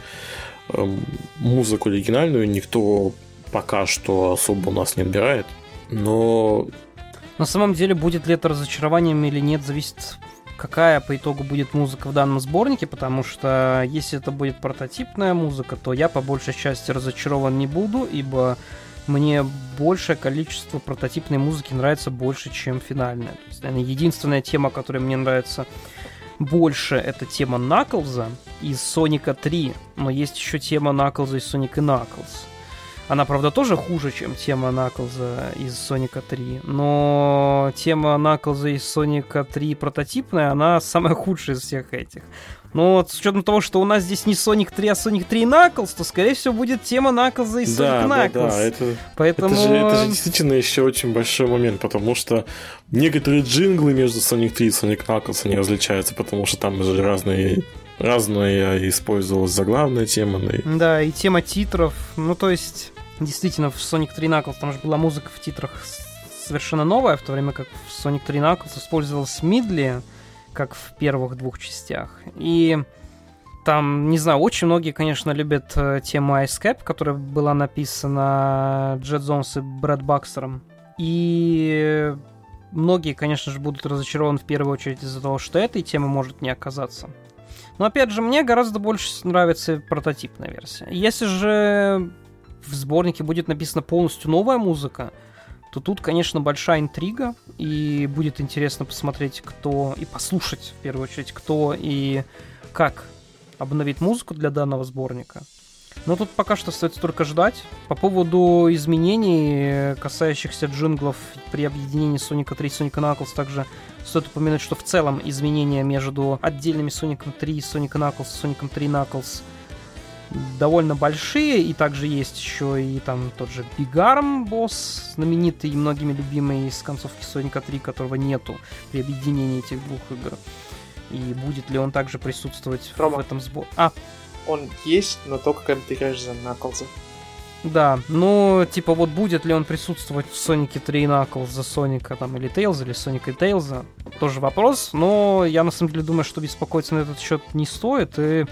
музыку оригинальную никто пока что особо у нас не отбирает. Но на самом деле, будет ли это разочарованием или нет, зависит, какая по итогу будет музыка в данном сборнике, потому что если это будет прототипная музыка, то я по большей части разочарован не буду, ибо мне большее количество прототипной музыки нравится больше, чем финальная. То есть, наверное, единственная тема, которая мне нравится больше, это тема Наклза из Соника 3, но есть еще тема Наклза из Sonic и Knuckles. Она, правда, тоже хуже, чем тема Наклза из Соника 3, но тема Наклза из Соника 3 прототипная, она самая худшая из всех этих. Но вот с учетом того, что у нас здесь не Sonic 3, а Sonic 3 Knuckles, то, скорее всего, будет тема Наклза из Sonic Knuckles. Поэтому это же действительно еще очень большой момент, потому что некоторые джинглы между Sonic 3 и Sonic Knuckles они различаются, потому что там уже разная использовалась заглавная тема. Да, и тема титров. Ну, то есть, действительно, в Sonic 3 Knuckles там же была музыка в титрах совершенно новая, в то время как в Sonic 3 Knuckles использовалась мидли, как в первых двух частях. И там, не знаю, очень многие, конечно, любят тему Ice Cap, которая была написана Джет Зонс и Брэд Бакстером. И многие, конечно же, будут разочарованы в первую очередь из-за того, что этой темы может не оказаться. Но, опять же, мне гораздо больше нравится прототипная версия. Если же в сборнике будет написана полностью новая музыка, то тут, конечно, большая интрига, и будет интересно посмотреть, кто, и послушать, в первую очередь, кто и как обновить музыку для данного сборника. Но тут пока что остается только ждать. По поводу изменений, касающихся джинглов при объединении Sonic 3 и Sonic Knuckles, также стоит упомянуть, что в целом изменения между отдельными Sonic 3 и Sonic Knuckles и Sonic 3 Knuckles довольно большие, и также есть еще и там тот же Big Arm босс, знаменитый и многими любимый из концовки Sonic 3, которого нету при объединении этих двух игр. И будет ли он также присутствовать в этом сборе? Он есть, но только когда ты играешь за Knuckles. Да, ну, типа, вот будет ли он присутствовать в Sonic 3 Knuckles за Соника там, или Tails, или Sonic и Tails, тоже вопрос, но я на самом деле думаю, что беспокоиться на этот счет не стоит, и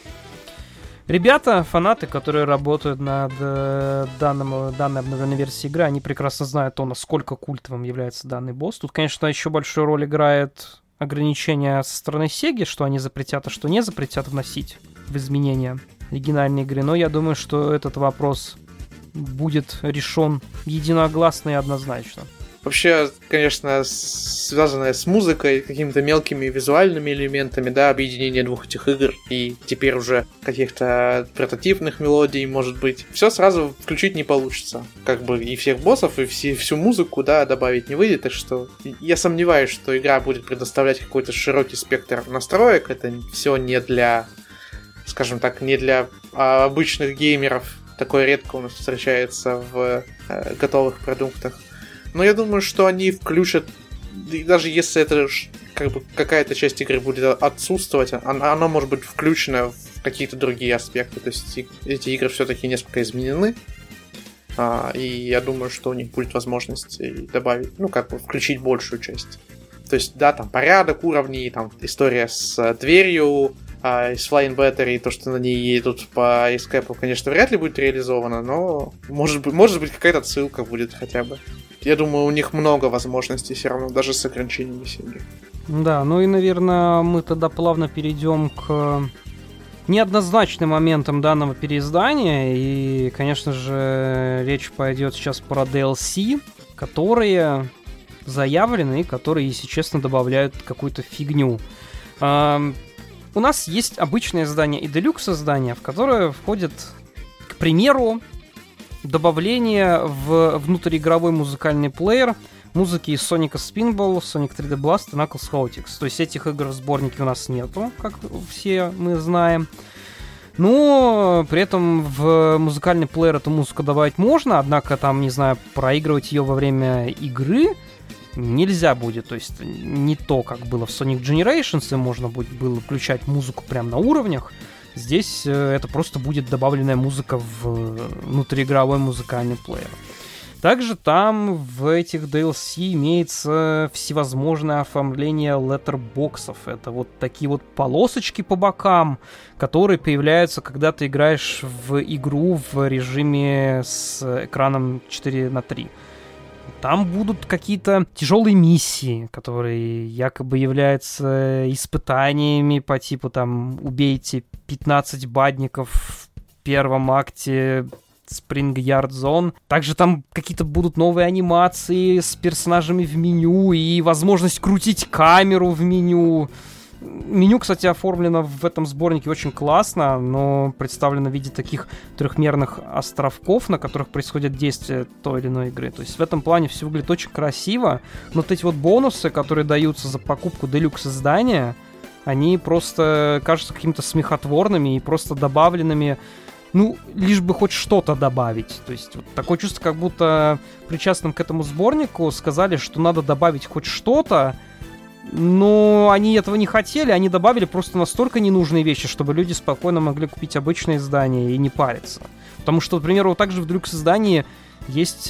ребята, фанаты, которые работают над данной обновленной версией игры, они прекрасно знают то, насколько культовым является данный босс. Тут, конечно, еще большую роль играет ограничения со стороны Sega, что они запретят, а что не запретят вносить в изменения оригинальной игры. Но я думаю, что этот вопрос будет решен единогласно и однозначно. Вообще, конечно, связанное с музыкой, какими-то мелкими визуальными элементами, да, объединение двух этих игр и теперь уже каких-то прототипных мелодий, может быть, все сразу включить не получится. Как бы и всех боссов, и всю музыку, да, добавить не выйдет, так что я сомневаюсь, что игра будет предоставлять какой-то широкий спектр настроек. Это все не для, скажем так, не для обычных геймеров. Такое редко у нас встречается в готовых продуктах. Но я думаю, что они включат, даже если это как бы какая-то часть игры будет отсутствовать, она может быть включена в какие-то другие аспекты. То есть эти игры все-таки несколько изменены. И я думаю, что у них будет возможность добавить, включить большую часть. То есть, да, там порядок уровней, там история с дверью, с Flying Battery, то, что на ней едут по эскейпу, конечно, вряд ли будет реализовано, но может быть какая-то отсылка будет хотя бы. Я думаю, у них много возможностей все равно, даже с ограничениями серии. Да, ну и, наверное, мы тогда плавно перейдем к неоднозначным моментам данного переиздания. И, конечно же, речь пойдет сейчас про DLC, которые заявлены и которые, если честно, добавляют какую-то фигню. У нас есть обычное издание и делюкс издание, в которое входит, к примеру, добавление в внутриигровой музыкальный плеер музыки из Sonic Spinball, Sonic 3D Blast и Knuckles Chaotix. То есть этих игр в сборнике у нас нету, как все мы знаем. Но при этом в музыкальный плеер эту музыку добавить можно, однако там, не знаю, проигрывать ее во время игры нельзя будет. То есть не то, как было в Sonic Generations, и можно будет было включать музыку прямо на уровнях. Здесь это просто будет добавленная музыка в внутриигровой музыкальный плеер. Также там в этих DLC имеется всевозможное оформление letterbox'ов. Это вот такие вот полосочки по бокам, которые появляются, когда ты играешь в игру в режиме с экраном 4:3. Там будут какие-то тяжелые миссии, которые якобы являются испытаниями по типу там «Убейте 15 бадников в первом акте Spring Yard Zone». Также там какие-то будут новые анимации с персонажами в меню и возможность крутить камеру в меню. Меню, кстати, оформлено в этом сборнике очень классно, но представлено в виде таких трехмерных островков, на которых происходит действие той или иной игры. То есть в этом плане все выглядит очень красиво, но вот эти вот бонусы, которые даются за покупку делюкс издания, они просто кажутся какими-то смехотворными и просто добавленными, лишь бы хоть что-то добавить. То есть вот такое чувство, как будто причастным к этому сборнику сказали, что надо добавить хоть что-то, но они этого не хотели, они добавили просто настолько ненужные вещи, чтобы люди спокойно могли купить обычное издание и не париться. Потому что, например, вот также в делюкс издании есть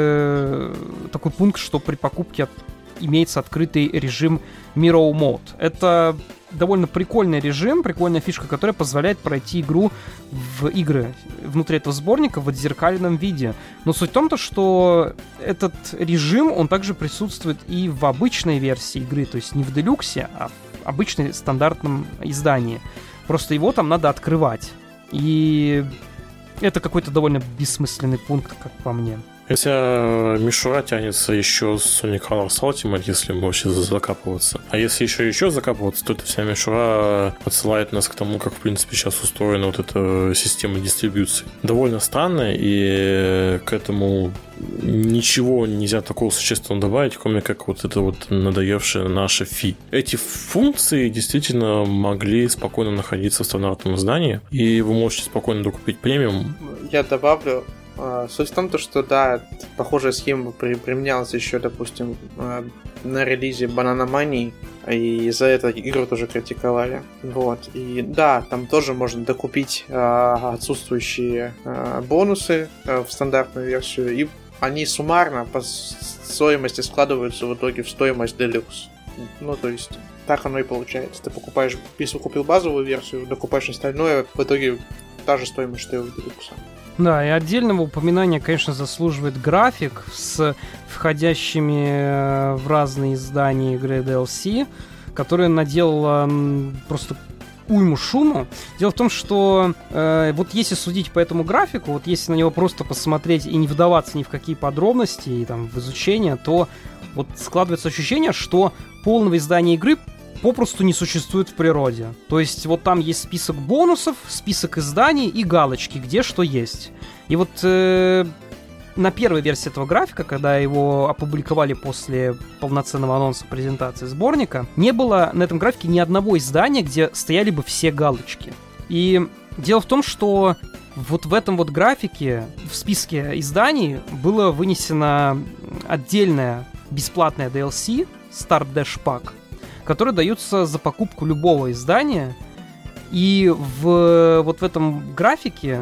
такой пункт, что при покупке имеется открытый режим Mirror Mode. Это довольно прикольный режим, прикольная фишка, которая позволяет пройти игру в игры внутри этого сборника в отзеркаленном виде. Но суть в том, что этот режим, он также присутствует и в обычной версии игры, то есть не в делюксе, а в обычном стандартном издании. Просто его там надо открывать. И это какой-то довольно бессмысленный пункт, как по мне. Хотя мишура тянется еще с Sonic Colors Ultimate, если вообще закапываться. А если еще закапываться, то эта вся мишура отсылает нас к тому, как, в принципе, сейчас устроена вот эта система дистрибьюции. Довольно странная, и к этому ничего нельзя такого существенного добавить, кроме как вот это вот надоевшее наше фи. Эти функции действительно могли спокойно находиться в стандартном издании, и вы можете спокойно докупить премиум. Я добавлю. Суть в том, что да, похожая схема применялась еще, допустим, на релизе Banana Money, и за это игру тоже критиковали. Вот. И да, там тоже можно докупить отсутствующие бонусы в стандартную версию, и они суммарно по стоимости складываются в итоге в стоимость Deluxe. То есть так оно и получается. Ты покупаешь, если купил базовую версию, докупаешь остальное, в итоге та же стоимость, что и у Deluxe. Да, и отдельного упоминания, конечно, заслуживает график с входящими в разные издания игры DLC, которая наделала просто уйму шуму. Дело в том, что вот если судить по этому графику, вот если на него просто посмотреть и не вдаваться ни в какие подробности и там в изучение, то вот складывается ощущение, что полного издания игры попросту не существует в природе. То есть вот там есть список бонусов, список изданий и галочки, где что есть. И вот на первой версии этого графика, когда его опубликовали после полноценного анонса презентации сборника, не было на этом графике ни одного издания, где стояли бы все галочки. И дело в том, что вот в этом вот графике, в списке изданий, было вынесено отдельное бесплатное DLC Start Dash Pack, которые даются за покупку любого издания. И вот в этом графике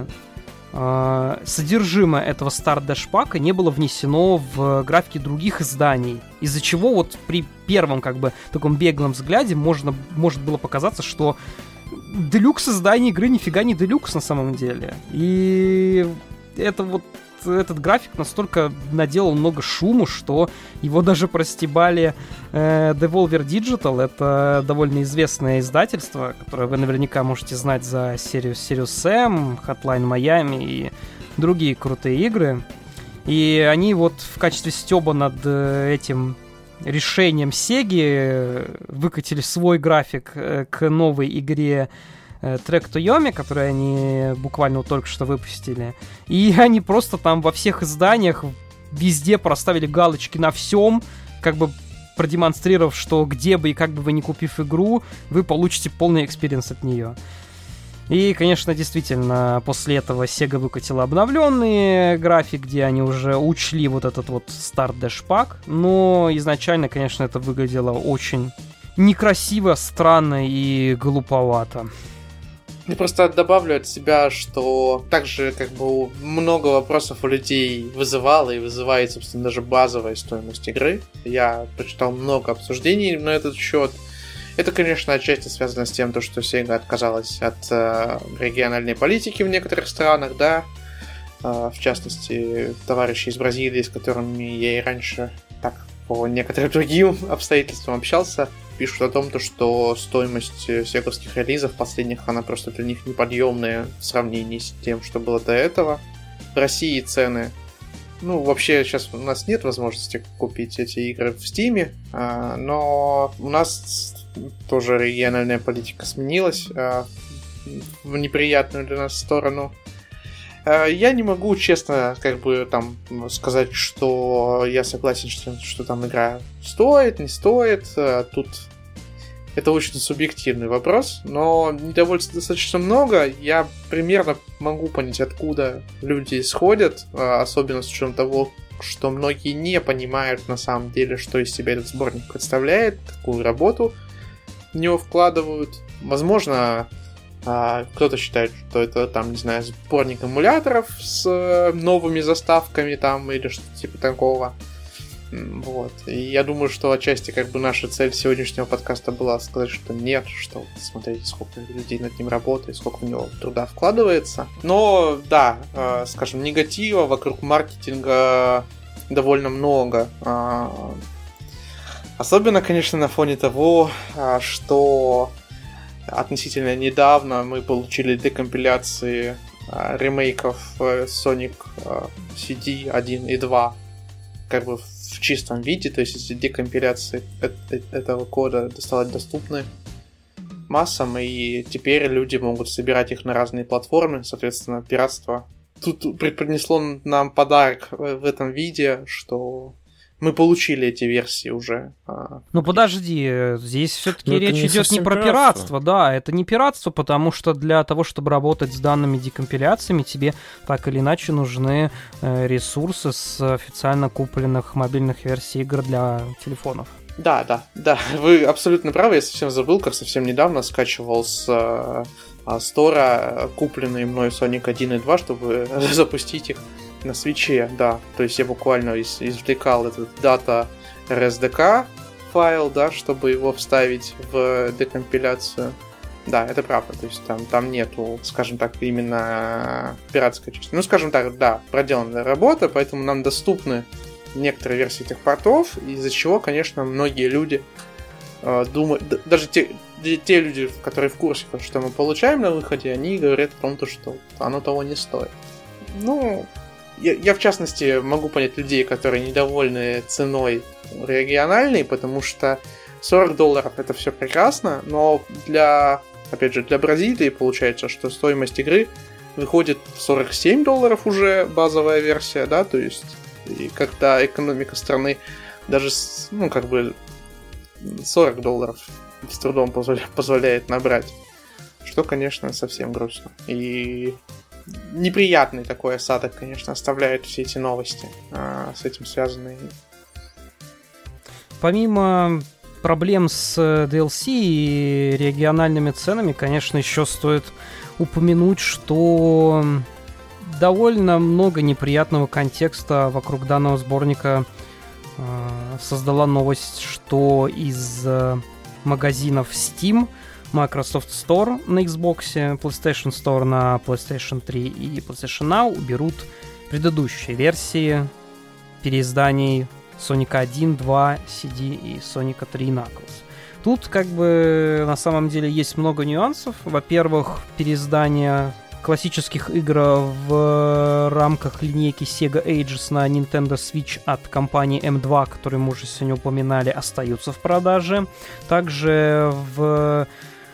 содержимое этого Star Dash пака не было внесено в графики других изданий, из-за чего вот при первом как бы таком беглом взгляде может было показаться, что делюкс издание игры нифига не делюкс на самом деле. И этот график настолько наделал много шума, что его даже простебали Devolver Digital. Это довольно известное издательство, которое вы наверняка можете знать за серию Serious Sam, Hotline Miami и другие крутые игры. И они вот в качестве стёба над этим решением Sega выкатили свой график к новой игре Track to Yomi, который они буквально вот только что выпустили. И они просто там во всех изданиях везде проставили галочки на всем, как бы продемонстрировав, что где бы и как бы вы не купив игру, вы получите полный экспириенс от нее. И, конечно, действительно, после этого Sega выкатила обновленный график, где они уже учли вот этот вот Star Dash Pack. Но изначально, конечно, это выглядело очень некрасиво, странно и глуповато. Я просто добавлю от себя, что также как бы много вопросов у людей вызывало и вызывает, собственно, даже базовая стоимость игры. Я прочитал много обсуждений на этот счет. Это, конечно, отчасти связано с тем, что Sega отказалась от региональной политики в некоторых странах, да. В частности, товарищи из Бразилии, с которыми я и раньше так по некоторым другим обстоятельствам общался, пишут о том, что стоимость сеговских релизов последних, она просто для них неподъемная в сравнении с тем, что было до этого. В России цены... Ну, вообще, сейчас у нас нет возможности купить эти игры в Steam, но у нас тоже региональная политика сменилась в неприятную для нас сторону. Я не могу, честно, как бы там сказать, что я согласен, что там игра стоит, не стоит. Тут это очень субъективный вопрос, но недовольства достаточно много. Я примерно могу понять, откуда люди исходят, особенно с учетом того, что многие не понимают на самом деле, что из себя этот сборник представляет, какую работу в него вкладывают. Возможно, кто-то считает, что это, там, не знаю, сборник эмуляторов с новыми заставками там или что-то типа такого. Вот. И я думаю, что отчасти как бы наша цель сегодняшнего подкаста была сказать, что нет, что смотрите, сколько людей над ним работает, сколько в него труда вкладывается. Но, да, скажем, негатива вокруг маркетинга довольно много. Особенно, конечно, на фоне того, что относительно недавно мы получили декомпиляции ремейков Sonic CD 1 и 2 как бы в чистом виде, то есть эти декомпиляции этого кода стали доступны массам, и теперь люди могут собирать их на разные платформы, соответственно, пиратство тут преподнесло нам подарок в этом виде, что мы получили эти версии уже. Ну подожди, здесь все-таки речь идет не про пиратство, да, это не пиратство, потому что для того, чтобы работать с данными декомпиляциями, тебе так или иначе нужны ресурсы с официально купленных мобильных версий игр для телефонов. Да, вы абсолютно правы, я совсем забыл, как совсем недавно скачивал с стора купленные мной Sonic 1 и 2, чтобы запустить их на свитче, да. То есть я буквально извлекал этот data RSDK файл, да, чтобы его вставить в декомпиляцию. Да, это правда. То есть там нету, скажем так, именно пиратской части. Ну, скажем так, да, проделанная работа, поэтому нам доступны некоторые версии этих портов, из-за чего, конечно, многие люди думают, даже те люди, которые в курсе, что мы получаем на выходе, они говорят о том, что оно того не стоит. Ну, я в частности могу понять людей, которые недовольны ценой региональной, потому что $40 это все прекрасно, но для Бразилии получается, что стоимость игры выходит в $47 уже базовая версия, да, то есть и когда экономика страны даже, ну, как бы $40 с трудом позволяет набрать, что, конечно, совсем грустно. И неприятный такой осадок, конечно, оставляют все эти новости с этим связанные. Помимо проблем с DLC и региональными ценами, конечно, еще стоит упомянуть, что довольно много неприятного контекста вокруг данного сборника создала новость, что из магазинов Steam, Microsoft Store на Xbox, PlayStation Store на PlayStation 3 и PlayStation Now уберут предыдущие версии переизданий Соника 1, 2, CD и Соника 3 Knuckles. Тут как бы на самом деле есть много нюансов. Во-первых, переиздание классических игр в рамках линейки Sega Ages на Nintendo Switch от компании M2, которую мы уже сегодня упоминали, остаются в продаже. Также в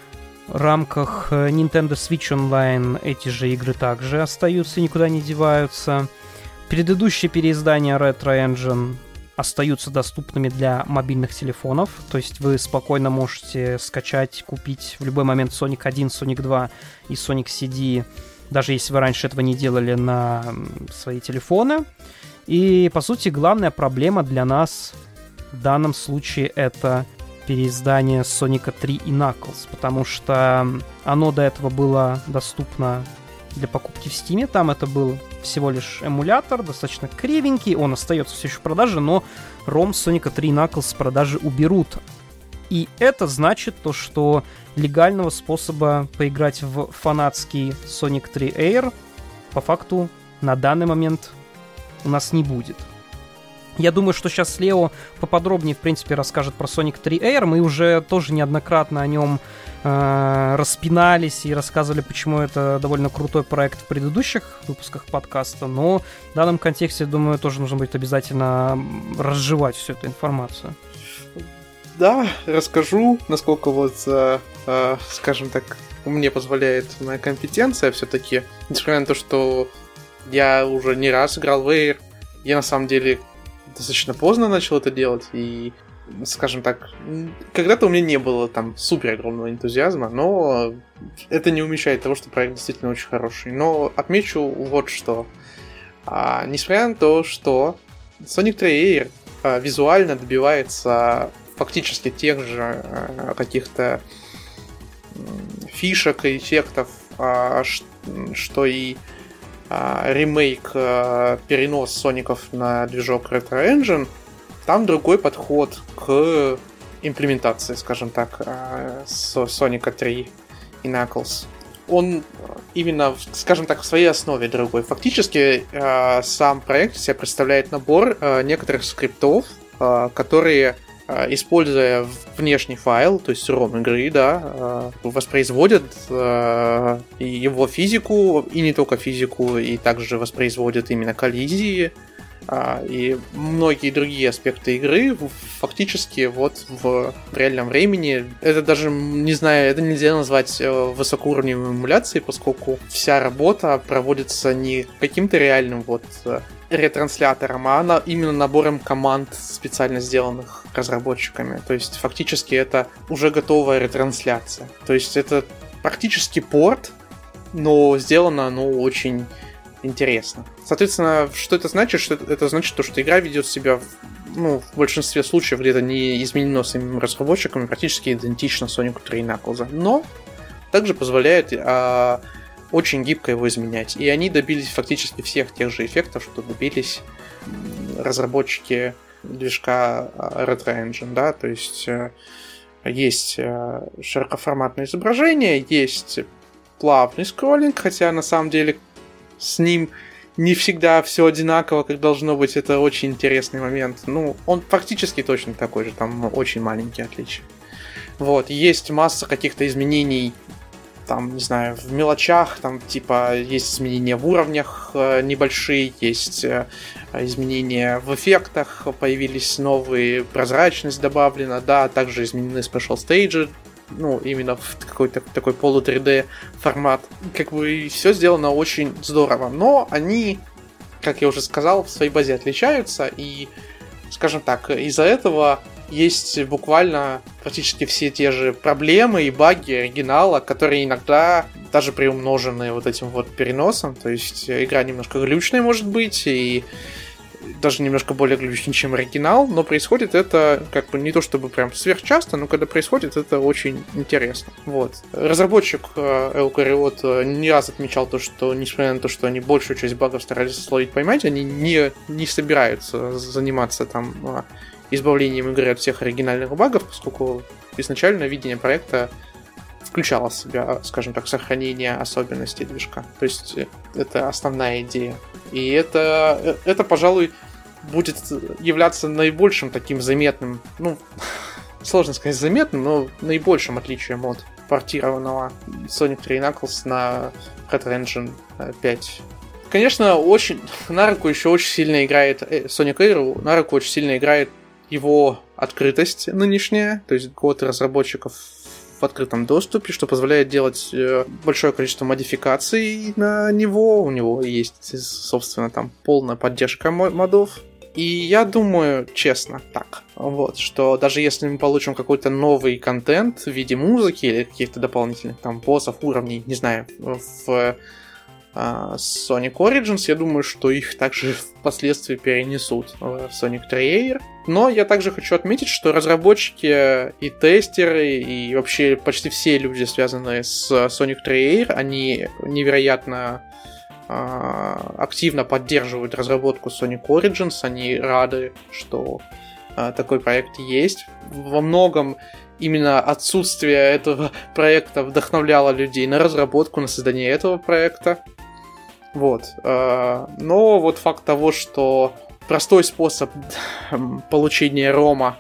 рамках Nintendo Switch Online эти же игры также остаются и никуда не деваются. Предыдущие переиздания Retro Engine остаются доступными для мобильных телефонов, то есть вы спокойно можете скачать, купить в любой момент Sonic 1, Sonic 2 и Sonic CD, даже если вы раньше этого не делали, на свои телефоны. И, по сути, главная проблема для нас в данном случае это переиздание Sonic 3 и Knuckles, потому что оно до этого было доступно для покупки в Steam. Там это был всего лишь эмулятор, достаточно кривенький, он остается все еще в продаже, но ROM Sonic 3 Knuckles с продажи уберут. И это значит то, что легального способа поиграть в фанатский Sonic 3 Air по факту на данный момент у нас не будет. Я думаю, что сейчас Лео поподробнее, в принципе, расскажет про Sonic 3 Air. Мы уже тоже неоднократно о нем распинались и рассказывали, почему это довольно крутой проект в предыдущих выпусках подкаста, но в данном контексте, думаю, тоже нужно будет обязательно разжевать всю эту информацию. Да, расскажу, насколько вот, скажем так, мне позволяет моя компетенция все-таки. Несмотря на то, что я уже не раз играл в Air, я на самом деле достаточно поздно начал это делать, и, скажем так, когда-то у меня не было там супер огромного энтузиазма, но это не уменьшает того, что проект действительно очень хороший. Но отмечу вот что. Несмотря на то, что Sonic 3 Air визуально добивается фактически тех же каких-то фишек и эффектов, что и ремейк, перенос Соников на движок Retro Engine, там другой подход к имплементации, скажем так, Соника 3 и Knuckles. Он именно, скажем так, в своей основе другой. Фактически сам проект себя представляет набор некоторых скриптов, которые, используя внешний файл, то есть ROM игры, да, воспроизводят его физику, и не только физику, и также воспроизводят именно коллизии и многие другие аспекты игры фактически вот в реальном времени. Это даже, не знаю, это нельзя назвать высокоуровневой эмуляцией, поскольку вся работа проводится не каким-то реальным вот ретранслятором, а именно набором команд, специально сделанных разработчиками. То есть фактически это уже готовая ретрансляция. То есть это практически порт, но сделано оно очень интересно. Соответственно, что это значит? Это значит то, что игра ведет себя в большинстве случаев где-то не изменено самим разработчиками, практически идентично Sonic 3 Knuckles. Но также позволяет очень гибко его изменять. И они добились фактически всех тех же эффектов, что добились разработчики движка Retro Engine, да, то есть есть широкоформатное изображение, есть плавный скроллинг, хотя на самом деле с ним не всегда все одинаково, как должно быть, это очень интересный момент. Ну, он фактически точно такой же, там очень маленькие отличия. Вот, есть масса каких-то изменений, там, не знаю, в мелочах, там, типа, есть изменения в уровнях небольшие, есть изменения в эффектах, появились новые, прозрачность добавлена, да, также изменены special stages, ну, именно в какой-то такой полу-3D формат. Как бы все сделано очень здорово, но они, как я уже сказал, в своей базе отличаются, и, скажем так, из-за этого есть буквально практически все те же проблемы и баги оригинала, которые иногда даже приумножены вот этим вот переносом, то есть игра немножко глючная может быть, и даже немножко более глючный, чем оригинал, но происходит это как бы не то чтобы прям сверхчасто, но когда происходит, это очень интересно. Вот. Разработчик Eukaryote не раз отмечал то, что, несмотря на то, что они большую часть багов старались словить поймать, они не собираются заниматься там избавлением игры от всех оригинальных багов, поскольку изначально видение проекта включало в себя, скажем так, сохранение особенностей движка. То есть это основная идея. И это, пожалуй, будет являться наибольшим таким заметным, ну, сложно сказать заметным, но наибольшим отличием от портированного Sonic 3 Knuckles на Red Engine 5. Конечно, на руку еще очень сильно играет Sonic Air, на руку очень сильно играет его открытость нынешняя, то есть год разработчиков в открытом доступе, что позволяет делать большое количество модификаций на него. У него есть, собственно, там полная поддержка модов. И я думаю, честно, так, вот, что даже если мы получим какой-то новый контент в виде музыки или каких-то дополнительных там боссов, уровней, не знаю, в Sonic Origins, я думаю, что их также впоследствии перенесут в Sonic 3 Air. Но я также хочу отметить, что разработчики и тестеры, и вообще почти все люди, связанные с Sonic 3 Air, они невероятно активно поддерживают разработку Sonic Origins, они рады, что такой проект есть. Во многом именно отсутствие этого проекта вдохновляло людей на разработку, на создание этого проекта. Вот. Но вот факт того, что простой способ получения рома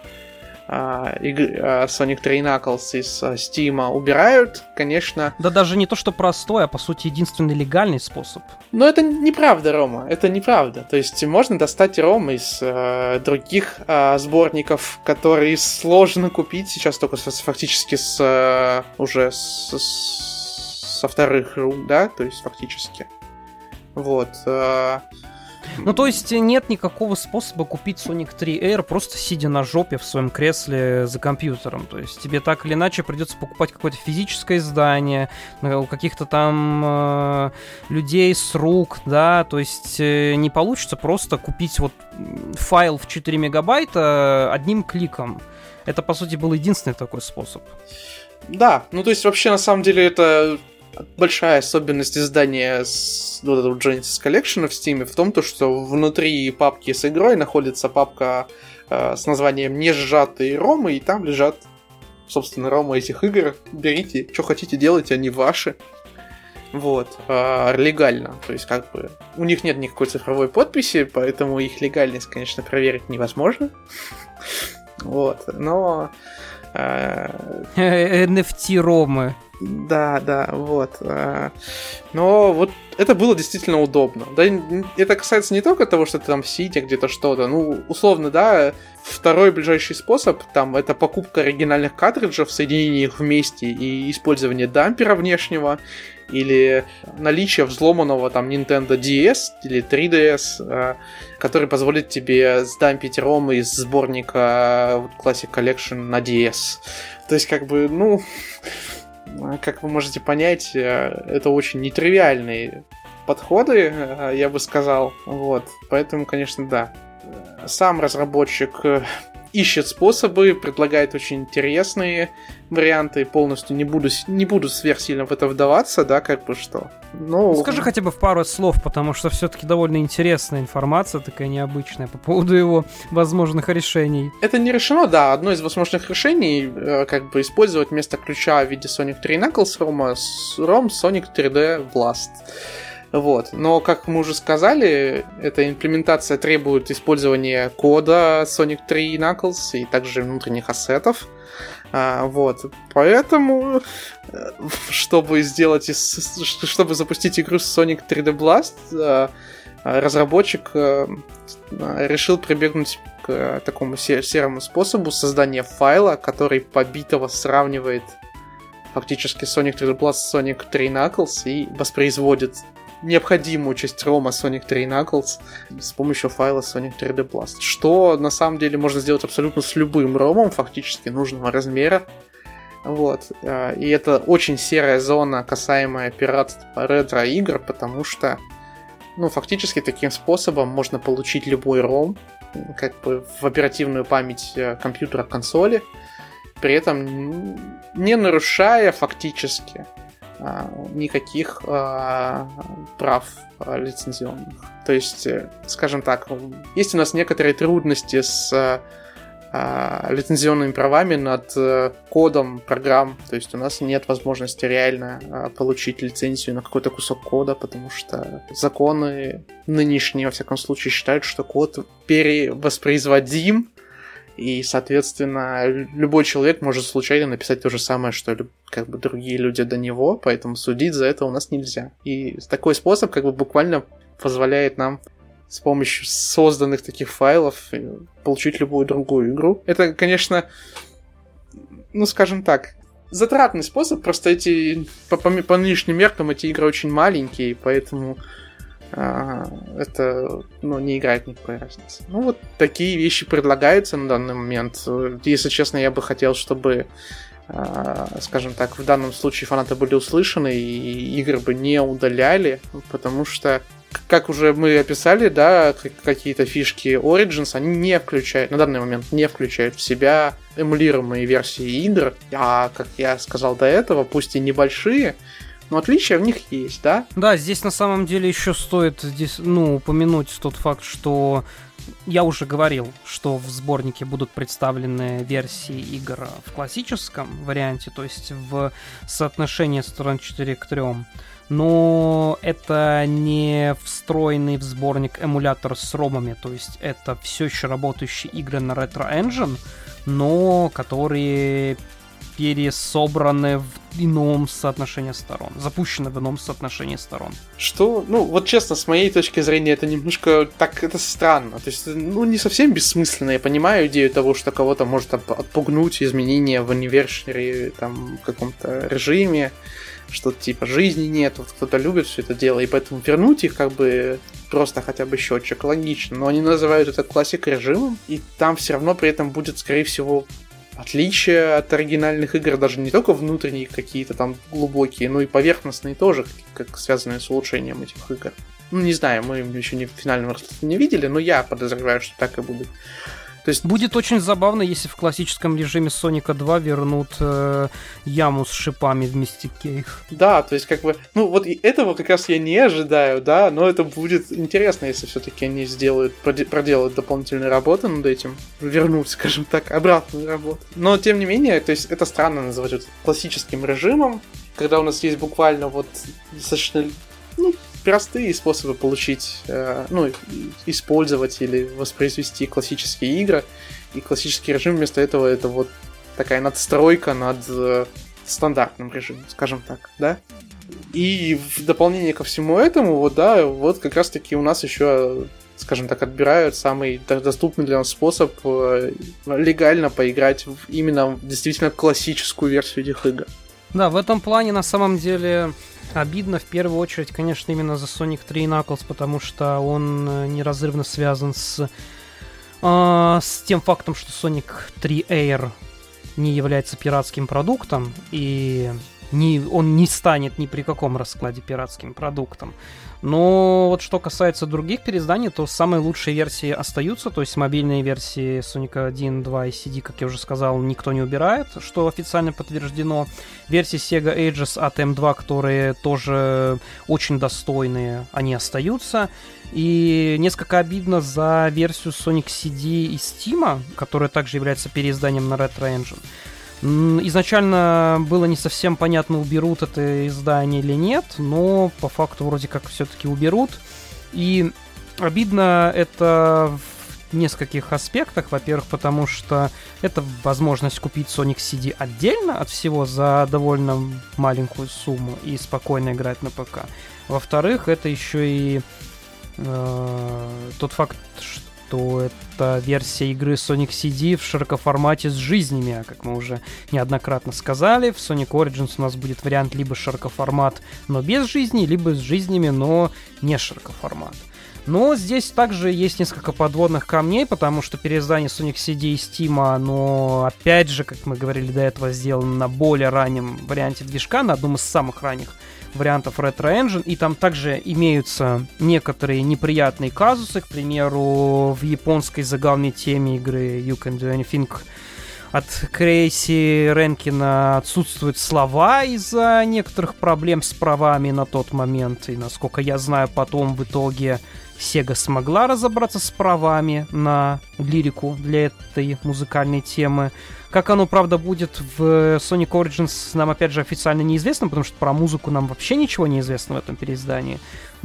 Sonic 3 Knuckles из Steam убирают, конечно... Да даже не то, что простой, а по сути единственный легальный способ. Но это неправда, Рома, это неправда. То есть можно достать ром из других сборников, которые сложно купить сейчас только фактически уже со вторых рук, да, то есть фактически. Вот. Ну, то есть нет никакого способа купить Sonic 3 Air, просто сидя на жопе в своем кресле за компьютером. То есть тебе так или иначе придется покупать какое-то физическое издание у каких-то там людей с рук, да, то есть не получится просто купить вот файл в 4 мегабайта одним кликом. Это, по сути, был единственный такой способ. Да, ну то есть вообще на самом деле это... Большая особенность издания Genesis Collection в Steam в том, что внутри папки с игрой находится папка с названием «Не сжатые ромы», и там лежат, собственно, ромы этих игр. Берите, что хотите, делайте, они ваши. Вот, легально. То есть, как бы, у них нет никакой цифровой подписи, поэтому их легальность, конечно, проверить невозможно. Вот, но... NFT-ромы. Да, вот. Но вот это было действительно удобно. Да, это касается не только того, что ты там сидя где-то что-то. Ну, условно, да, второй ближайший способ, там, это покупка оригинальных картриджев, соединение их вместе и использование дампера внешнего, или наличие взломанного там Nintendo DS или 3DS, который позволит тебе сдампить ромы из сборника Classic Collection на DS. То есть, как бы, ну... Как вы можете понять, это очень нетривиальные подходы, я бы сказал. Вот. Поэтому, конечно, да. Сам разработчик ищет способы, предлагает очень интересные варианты. Полностью не буду сверхсильно в это вдаваться, да, как бы что. Но... Скажи хотя бы в пару слов, потому что все-таки довольно интересная информация, такая необычная, по поводу его возможных решений. Это не решено, да. Одно из возможных решений, как бы использовать вместо ключа в виде Sonic 3 Knuckles ROM Sonic 3D Blast. Вот. Но, как мы уже сказали, эта имплементация требует использования кода Sonic 3 Knuckles и также внутренних ассетов. Вот. Поэтому, чтобы запустить игру с Sonic 3D Blast, разработчик решил прибегнуть к такому серому способу создания файла, который побитово сравнивает фактически Sonic 3D Blast с Sonic 3 Knuckles и воспроизводит необходимую часть рома Sonic 3 Knuckles с помощью файла Sonic 3D Blast. Что на самом деле можно сделать абсолютно с любым ромом, фактически нужного размера. Вот. И это очень серая зона, касаемая пиратства ретро-игр, потому что фактически таким способом можно получить любой ROM, как бы в оперативную память компьютера, консоли, при этом не нарушая фактически никаких прав лицензионных. То есть, скажем так, есть у нас некоторые трудности с лицензионными правами над кодом программ, то есть у нас нет возможности реально получить лицензию на какой-то кусок кода, потому что законы нынешние, во всяком случае, считают, что код перевоспроизводим, и, соответственно, любой человек может случайно написать то же самое, что как бы другие люди до него, поэтому судить за это у нас нельзя. И такой способ как бы буквально позволяет нам с помощью созданных таких файлов получить любую другую игру. Это, конечно, скажем так, затратный способ, просто по нынешним меркам эти игры очень маленькие, поэтому это не играет никакой разницы. Вот такие вещи предлагаются на данный момент. Если честно, я бы хотел, чтобы, скажем так, в данном случае фанаты были услышаны и игры бы не удаляли, потому что, как уже мы описали, да, какие-то фишки Origins, они не включают, на данный момент не включают в себя эмулируемые версии игр, а, как я сказал до этого, пусть и небольшие, но отличия в них есть, да? Да, здесь на самом деле еще стоит упомянуть тот факт, что я уже говорил, что в сборнике будут представлены версии игр в классическом варианте, то есть в соотношении сторон 4 к 3. Но это не встроенный в сборник эмулятор с ромами, то есть это все еще работающие игры на Retro Engine, но которые пересобраны в ином соотношении сторон, запущены в ином соотношении сторон. Что, вот честно, с моей точки зрения, это немножко так, это странно. То есть, не совсем бессмысленно. Я понимаю идею того, что кого-то может отпугнуть изменения в anniversary, там, в каком-то режиме, что типа жизни нет, вот кто-то любит все это дело, и поэтому вернуть их как бы просто хотя бы счетчик логично. Но они называют это классик режимом, и там все равно при этом будет, скорее всего, отличия от оригинальных игр, даже не только внутренние какие-то там глубокие, но и поверхностные тоже, как связанные с улучшением этих игр. Не знаю, мы еще в финальном результате не видели, но я подозреваю, что так и будет. То есть будет очень забавно, если в классическом режиме Соника 2 вернут яму с шипами вместе кейх. Да, то есть как бы, вот и этого как раз я не ожидаю, да, но это будет интересно, если все-таки они проделают дополнительные работы над этим, вернуть, скажем так, обратную работу. Но тем не менее, то есть это странно называть это классическим режимом, когда у нас есть буквально вот достаточно, простые способы получить, использовать или воспроизвести классические игры. И классический режим вместо этого это вот такая надстройка над стандартным режимом, скажем так, да? И в дополнение ко всему этому, вот как раз таки у нас еще, скажем так, отбирают самый доступный для нас способ легально поиграть именно действительно классическую версию этих игр. Да, в этом плане на самом деле обидно в первую очередь, конечно, именно за Sonic 3 Knuckles, потому что он неразрывно связан с тем фактом, что Sonic 3 Air не является пиратским продуктом, и он не станет ни при каком раскладе пиратским продуктом. Но вот что касается других переизданий, то самые лучшие версии остаются, то есть мобильные версии Sonic 1, 2 и CD, как я уже сказал, никто не убирает, что официально подтверждено. Версии Sega Ages от M2, которые тоже очень достойные, они остаются. И несколько обидно за версию Sonic CD и Steam, которая также является переизданием на Retro Engine. Изначально было не совсем понятно, уберут это издание или нет, но по факту вроде как все-таки уберут. И обидно это в нескольких аспектах. Во-первых, потому что это возможность купить Sonic CD отдельно от всего за довольно маленькую сумму и спокойно играть на ПК. Во-вторых, это еще и тот факт, что это версия игры Sonic CD в широкоформате с жизнями, как мы уже неоднократно сказали. В Sonic Origins у нас будет вариант либо широкоформат, но без жизней, либо с жизнями, но не широкоформат. Но здесь также есть несколько подводных камней, потому что переиздание Sonic CD и Steam, оно, опять же, как мы говорили до этого, сделано на более раннем варианте движка, на одном из самых ранних вариантов Retro Engine, и там также имеются некоторые неприятные казусы, к примеру, в японской заглавной теме игры You Can Do Anything от Крейси Ренкина отсутствуют слова из-за некоторых проблем с правами на тот момент, и, насколько я знаю, потом в итоге Sega смогла разобраться с правами на лирику для этой музыкальной темы. Как оно, правда, будет в Sonic Origins, нам, опять же, официально неизвестно, потому что про музыку нам вообще ничего не известно в этом переиздании.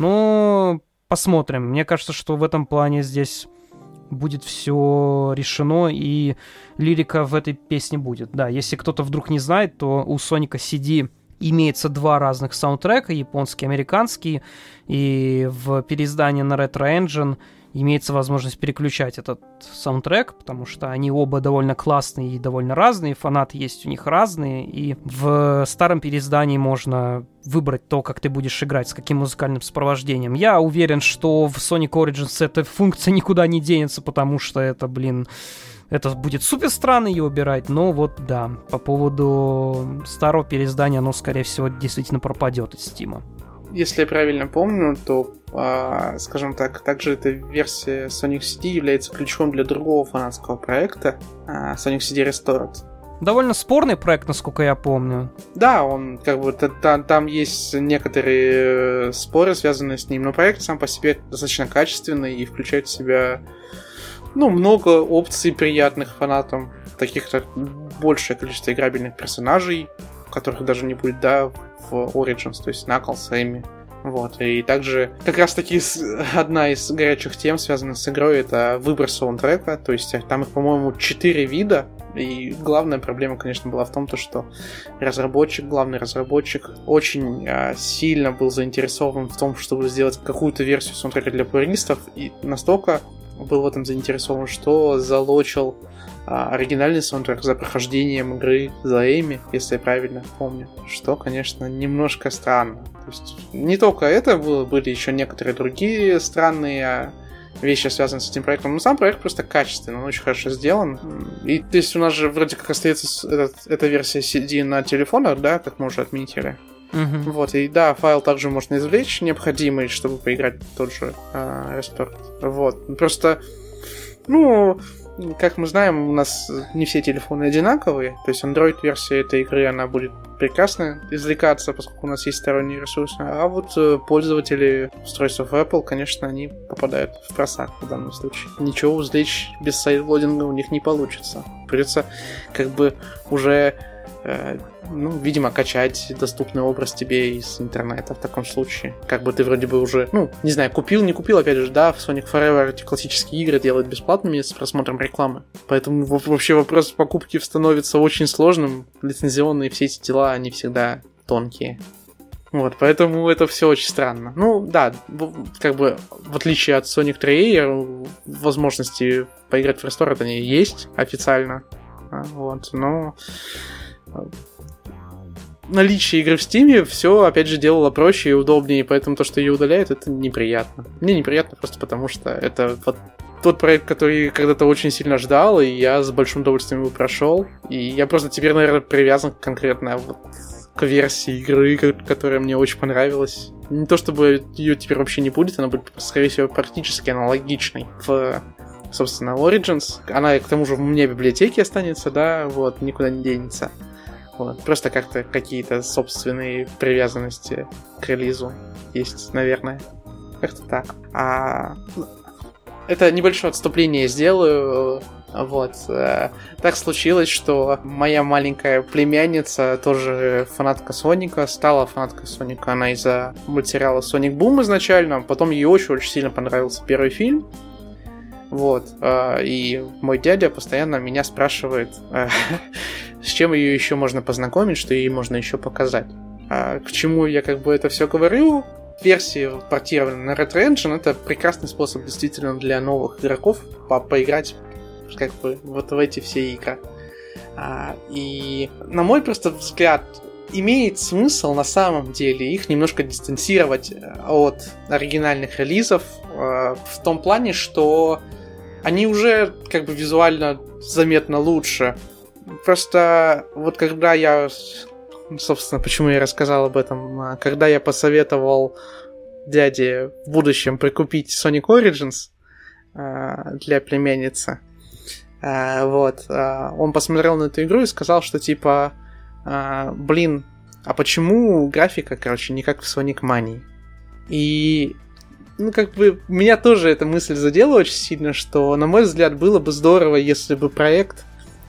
Но посмотрим. Мне кажется, что в этом плане здесь будет все решено, и лирика в этой песне будет. Да, если кто-то вдруг не знает, то у Sonic CD имеется два разных саундтрека, японский и американский, и в переиздании на Retro Engine имеется возможность переключать этот саундтрек, потому что они оба довольно классные и довольно разные, фанаты есть у них разные, и в старом переиздании можно выбрать то, как ты будешь играть, с каким музыкальным сопровождением. Я уверен, что в Sonic Origins эта функция никуда не денется, потому что это, это будет супер странно ее убирать, но вот да, по поводу старого переиздания оно, скорее всего, действительно пропадет из Steam. Если я правильно помню, то, скажем так, также эта версия Sonic CD является ключом для другого фанатского проекта, Sonic CD Restored. Довольно спорный проект, насколько я помню. Да, он как бы там есть некоторые споры, связанные с ним, но проект сам по себе достаточно качественный и включает в себя много опций приятных фанатам, таких как большее количество играбельных персонажей, которых даже не будет, в Origins, то есть Knuckles, Эми. Вот, и также как раз таки одна из горячих тем, связанных с игрой, это выбор саундтрека, то есть там их, по-моему, 4 вида, и главная проблема, конечно, была в том, что главный разработчик очень сильно был заинтересован в том, чтобы сделать какую-то версию саундтрека для пуристов, и настолько был в этом заинтересован, что залочил оригинальный саундтрек за прохождением игры за Эми, если я правильно помню, что, конечно, немножко странно. То есть не только это было, были еще некоторые другие странные вещи, связанные с этим проектом, но сам проект просто качественный, он очень хорошо сделан. И то есть у нас же вроде как остается эта версия CD на телефонах, да, как мы уже отметили. Mm-hmm. Вот, и да, файл также можно извлечь необходимый, чтобы поиграть в тот же Restore. Вот, просто, как мы знаем, у нас не все телефоны одинаковые, то есть Android-версия этой игры, она будет прекрасно извлекаться, поскольку у нас есть сторонние ресурсы, а вот пользователи устройств Apple, конечно, они попадают в просак в данном случае. Ничего извлечь без сайдлодинга у них не получится. Придется уже видимо, качать доступный образ тебе из интернета в таком случае. Ты вроде бы уже, не знаю, купил, не купил, опять же, да, в Sonic Forever эти классические игры делают бесплатными с просмотром рекламы. Поэтому вообще вопрос покупки становится очень сложным. Лицензионные все эти дела, они всегда тонкие. Вот, поэтому это все очень странно. Да, в отличие от Sonic 3, возможности поиграть в Restored они есть официально. Вот, но наличие игры в Steam все, опять же, делало проще и удобнее, поэтому то, что ее удаляют, это неприятно. Мне неприятно просто потому, что это вот тот проект, который когда-то очень сильно ждал, и я с большим удовольствием его прошел. И я просто теперь, наверное, привязан конкретно к версии игры, которая мне очень понравилась. Не то чтобы ее теперь вообще не будет, она будет, скорее всего, практически аналогичной в, собственно, Origins. Она, к тому же, у меня в библиотеке останется, да, вот, никуда не денется. Вот. Просто как-то какие-то собственные привязанности к релизу есть, наверное. Как-то так. Это небольшое отступление я сделаю. Вот. Так случилось, что моя маленькая племянница, тоже фанатка Соника, стала фанаткой Соника. Она из-за мультсериала Sonic Boom изначально. Потом ей очень сильно понравился первый фильм. Вот. И мой дядя постоянно меня спрашивает, с чем ее еще можно познакомить, что ей можно еще показать. К чему я это все говорю? Версии, портированные на Retro Engine, это прекрасный способ действительно для новых игроков поиграть вот в эти все игры. И на мой просто взгляд, имеет смысл на самом деле их немножко дистанцировать от оригинальных релизов в том плане, что они уже как бы визуально заметно лучше. Просто вот когда я, собственно, почему я рассказал об этом, когда я посоветовал дяде в будущем прикупить Sonic Origins для племянницы, он посмотрел на эту игру и сказал, что типа, блин, а почему графика, короче, не как в Sonic Mania? И, как бы, меня тоже эта мысль задела очень сильно, что, на мой взгляд, было бы здорово, если бы проект,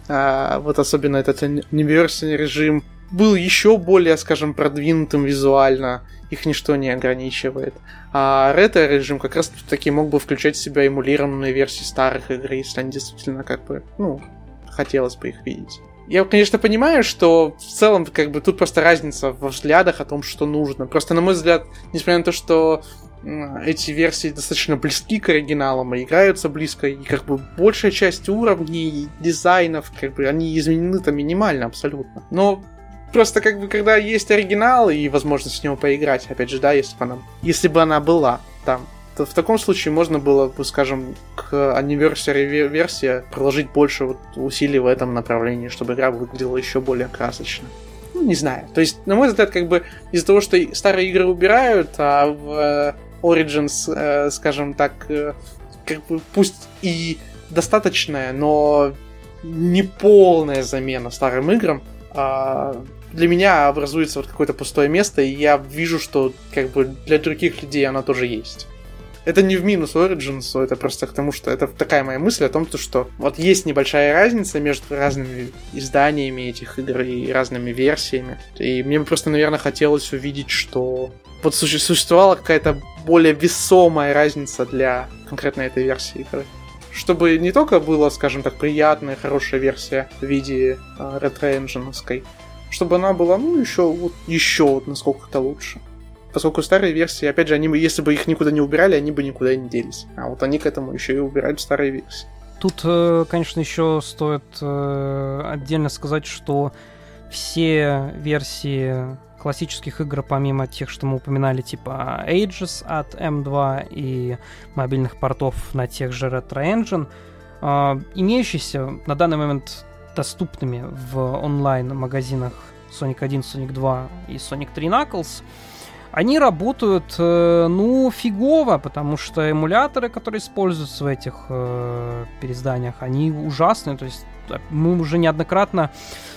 вот особенно этот Anniversary режим, был еще более, скажем, продвинутым визуально, их ничто не ограничивает. А ретро-режим как раз таки мог бы включать в себя эмулированные версии старых игр, если они действительно, как бы, хотелось бы их видеть. Я, конечно, понимаю, что в целом, как бы, тут просто разница во взглядах о том, что нужно. Просто, на мой взгляд, несмотря на то, что эти версии достаточно близки к оригиналам и играются близко, и как бы большая часть уровней, дизайнов, как бы, они изменены-то минимально абсолютно. Но просто, как бы, когда есть оригинал и возможность с него поиграть, опять же, да, если бы она была там, то в таком случае можно было бы, скажем, к Anniversary версии приложить больше усилий в этом направлении, чтобы игра выглядела еще более красочно. Не знаю. То есть, на мой взгляд, как бы из-за того, что старые игры убирают, а в Origins, скажем так, как бы пусть и достаточная, но не полная замена старым играм, для меня образуется вот какое-то пустое место, и я вижу, что как бы для других людей оно тоже есть. Это не в минус Origins, это просто к тому, что это такая моя мысль о том, что вот есть небольшая разница между разными изданиями этих игр и разными версиями. И мне бы просто, наверное, хотелось увидеть, что вот существовала какая-то более весомая разница для конкретно этой версии игры. Чтобы не только была, скажем так, приятная, хорошая версия в виде ретро-энджиновской, чтобы она была, еще насколько-то лучше. Поскольку старые версии, опять же, если бы их никуда не убирали, они бы никуда не делись. А вот они к этому еще и убирают старые версии. Тут, конечно, еще стоит отдельно сказать, что все версии классических игр, помимо тех, что мы упоминали, типа Ages от M2 и мобильных портов на тех же Retro Engine, имеющиеся на данный момент доступными в онлайн-магазинах Sonic 1, Sonic 2 и Sonic 3 Knuckles, они работают, фигово, потому что эмуляторы, которые используются в этих переизданиях, они ужасные. То есть мы уже неоднократно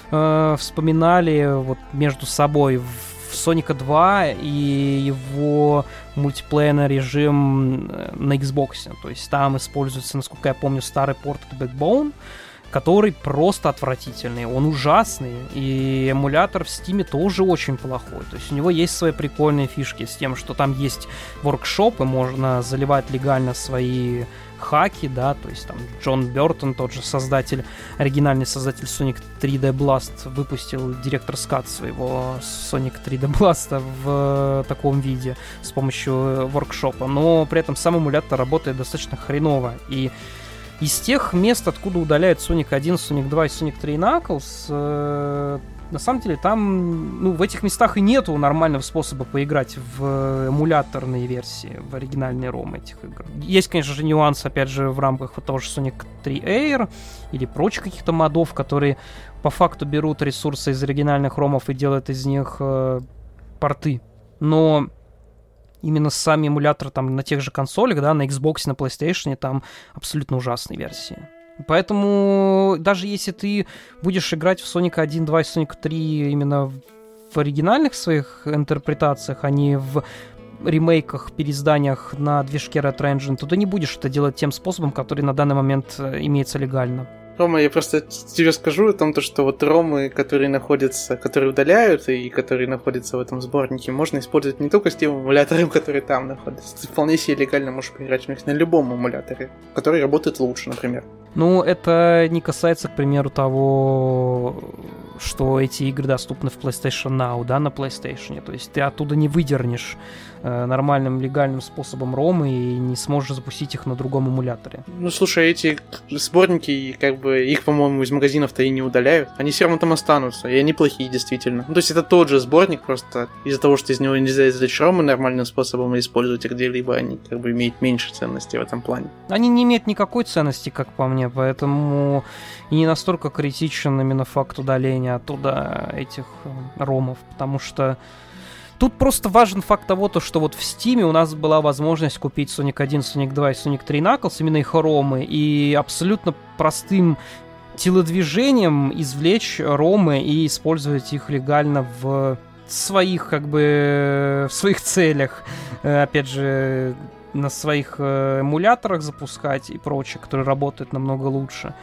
вспоминали вот между собой в Соника 2 и его мультиплеерный режим на Xbox. То есть там используется, насколько я помню, старый порт от Backbone, который просто отвратительный, он ужасный, и эмулятор в Steam тоже очень плохой. То есть у него есть свои прикольные фишки с тем, что там есть воркшопы, можно заливать легально свои хаки, да, то есть там Джон Бёртон, тот же оригинальный создатель Sonic 3D Blast, выпустил Director's Cut своего Sonic 3D Blast в таком виде с помощью воркшопа, но при этом сам эмулятор работает достаточно хреново, и из тех мест, откуда удаляют Sonic 1, Sonic 2 и Sonic 3 Knuckles, на самом деле там, в этих местах и нету нормального способа поиграть в эмуляторные версии, в оригинальные ROM этих игр. Есть, конечно же, нюанс, опять же, в рамках вот того же Sonic 3 Air или прочих каких-то модов, которые по факту берут ресурсы из оригинальных ромов и делают из них порты. Но именно сами эмуляторы там на тех же консолях, да, на Xbox, на PlayStation, там абсолютно ужасные версии. Поэтому даже если ты будешь играть в Sonic 1, 2 и Sonic 3 именно в оригинальных своих интерпретациях, а не в ремейках, переизданиях на движке Retro Engine, то ты не будешь это делать тем способом, который на данный момент имеется легально. Рома, я просто тебе скажу о том, что вот ромы, которые удаляют и которые находятся в этом сборнике, можно использовать не только с тем эмулятором, который там находится. Ты вполне себе легально можешь поиграть в них на любом эмуляторе, который работает лучше, например. Это не касается, к примеру, того что эти игры доступны в PlayStation Now, да, на PlayStation. То есть ты оттуда не выдернешь нормальным легальным способом ROM и не сможешь запустить их на другом эмуляторе. Ну, слушай, эти сборники, как бы, их, по-моему, из магазинов-то и не удаляют. Они все равно там останутся, и они плохие, действительно. Ну, то есть это тот же сборник, просто из-за того, что из него нельзя извлечь ROM нормальным способом использовать их где-либо, они, как бы, имеют меньше ценности в этом плане. Они не имеют никакой ценности, как по мне, поэтому и не настолько критичен именно факт удаления оттуда этих ромов, потому что тут просто важен факт того, что вот в Steam у нас была возможность купить Sonic 1, Sonic 2 и Sonic 3 Knuckles, именно их ромы, и абсолютно простым телодвижением извлечь ромы и использовать их легально в своих, как бы, в своих целях. Опять же, на своих эмуляторах запускать и прочее, которые работают намного лучше.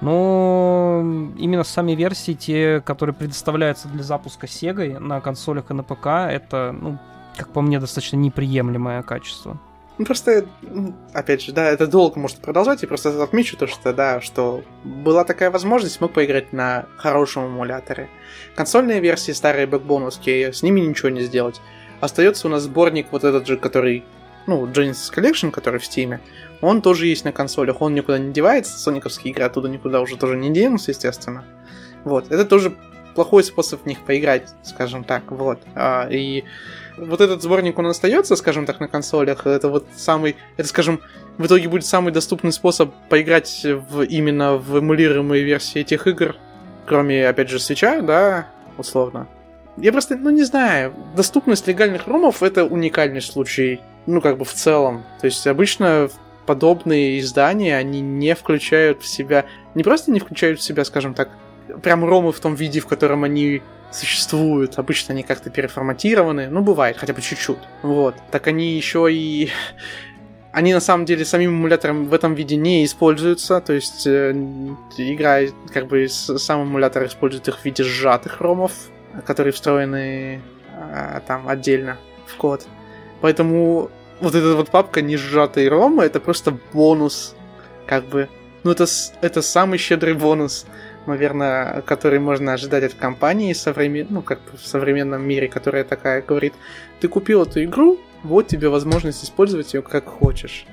Но именно сами версии, те, которые предоставляются для запуска Sega на консолях и на ПК, это, ну, как по мне, достаточно неприемлемое качество. Ну, просто, опять же, да, это долго может продолжать, и просто отмечу то, что, да, что была такая возможность, мог поиграть на хорошем эмуляторе. Консольные версии, старые бэкбоновские, с ними ничего не сделать. Остается у нас сборник вот этот же, который, ну, Genesis Collection, который в Steam, он тоже есть на консолях, он никуда не девается, сониковские игры оттуда никуда уже тоже не денутся, естественно. Вот, это тоже плохой способ в них поиграть, скажем так, вот. И вот этот сборник, он остается, скажем так, на консолях, это вот самый, это, скажем, в итоге будет самый доступный способ поиграть именно в эмулируемые версии этих игр, кроме, опять же, Switch'а, да, условно. Я просто, ну, не знаю, доступность легальных ромов — это уникальный случай, ну, как бы в целом. То есть обычно подобные издания, они не включают в себя, не просто не включают в себя, скажем так, прям ромы в том виде, в котором они существуют. Обычно они как-то переформатированы, ну, бывает, хотя бы чуть-чуть. Вот. Так они еще и... Они, на самом деле, самим эмулятором в этом виде не используются, то есть игра, как бы, сам эмулятор использует их в виде сжатых ромов, которые встроены там отдельно в код. Поэтому вот эта вот папка не сжатые ромы, это просто бонус, как бы. Ну, это самый щедрый бонус, наверное, который можно ожидать от компании ну, как бы в современном мире, которая такая говорит: ты купил эту игру, вот тебе возможность использовать ее как хочешь.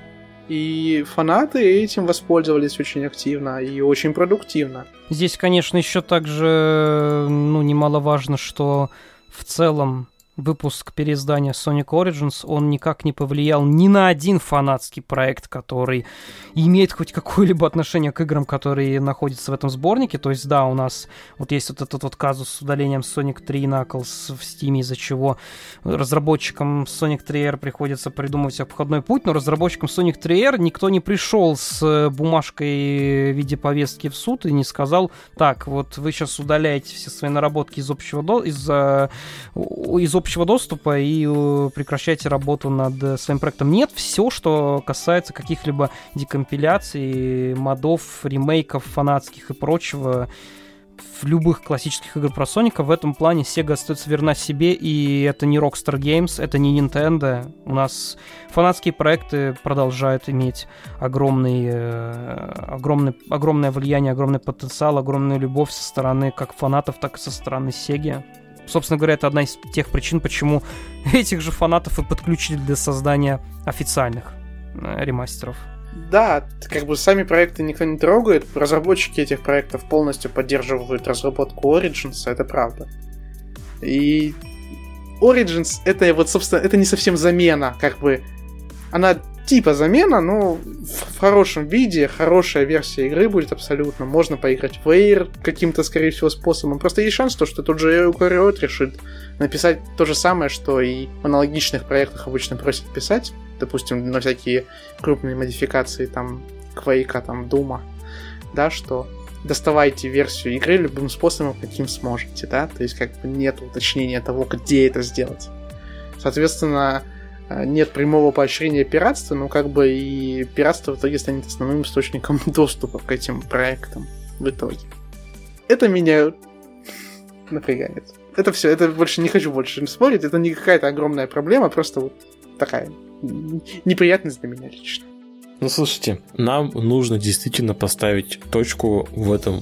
И фанаты этим воспользовались очень активно и очень продуктивно. Здесь, конечно, еще также, ну, немаловажно, что в целом выпуск переиздания Sonic Origins, он никак не повлиял ни на один фанатский проект, который имеет хоть какое-либо отношение к играм, которые находятся в этом сборнике. То есть, да, у нас вот есть вот этот вот казус с удалением Sonic 3 Knuckles в Steam, из-за чего разработчикам Sonic 3R приходится придумывать обходной путь, но разработчикам Sonic 3R никто не пришел с бумажкой в виде повестки в суд и не сказал: так, вот вы сейчас удаляете все свои наработки из общего доступа и прекращайте работу над своим проектом. Нет, все, что касается каких-либо декомпиляций, модов, ремейков фанатских и прочего, в любых классических игр про Соника, в этом плане Sega остается верна себе, и это не Rockstar Games, это не Nintendo. У нас фанатские проекты продолжают иметь огромное влияние, огромный потенциал, огромную любовь со стороны как фанатов, так и со стороны Sega. Собственно говоря, это одна из тех причин, почему этих же фанатов и подключили для создания официальных ремастеров. Да, как бы сами проекты никто не трогает, разработчики этих проектов полностью поддерживают разработку Origins, это правда. И Origins, это вот, собственно, это не совсем замена, как бы, она типа замена, но в хорошем виде, хорошая версия игры будет абсолютно. Можно поиграть в Air каким-то, скорее всего, способом. Просто есть шанс, что тот же Eukaryote решит написать то же самое, что и в аналогичных проектах обычно просят писать. Допустим, на всякие крупные модификации, там, Quake, там, Doom, да, что доставайте версию игры любым способом, каким сможете, да, то есть как бы нет уточнения того, где это сделать. Соответственно, нет прямого поощрения пиратства, но как бы и пиратство в итоге станет основным источником доступа к этим проектам в итоге. Это меня напрягает. Это все, это больше не хочу больше спорить, это не какая-то огромная проблема, просто вот такая неприятность для меня лично. Ну, слушайте, нам нужно действительно поставить точку в этом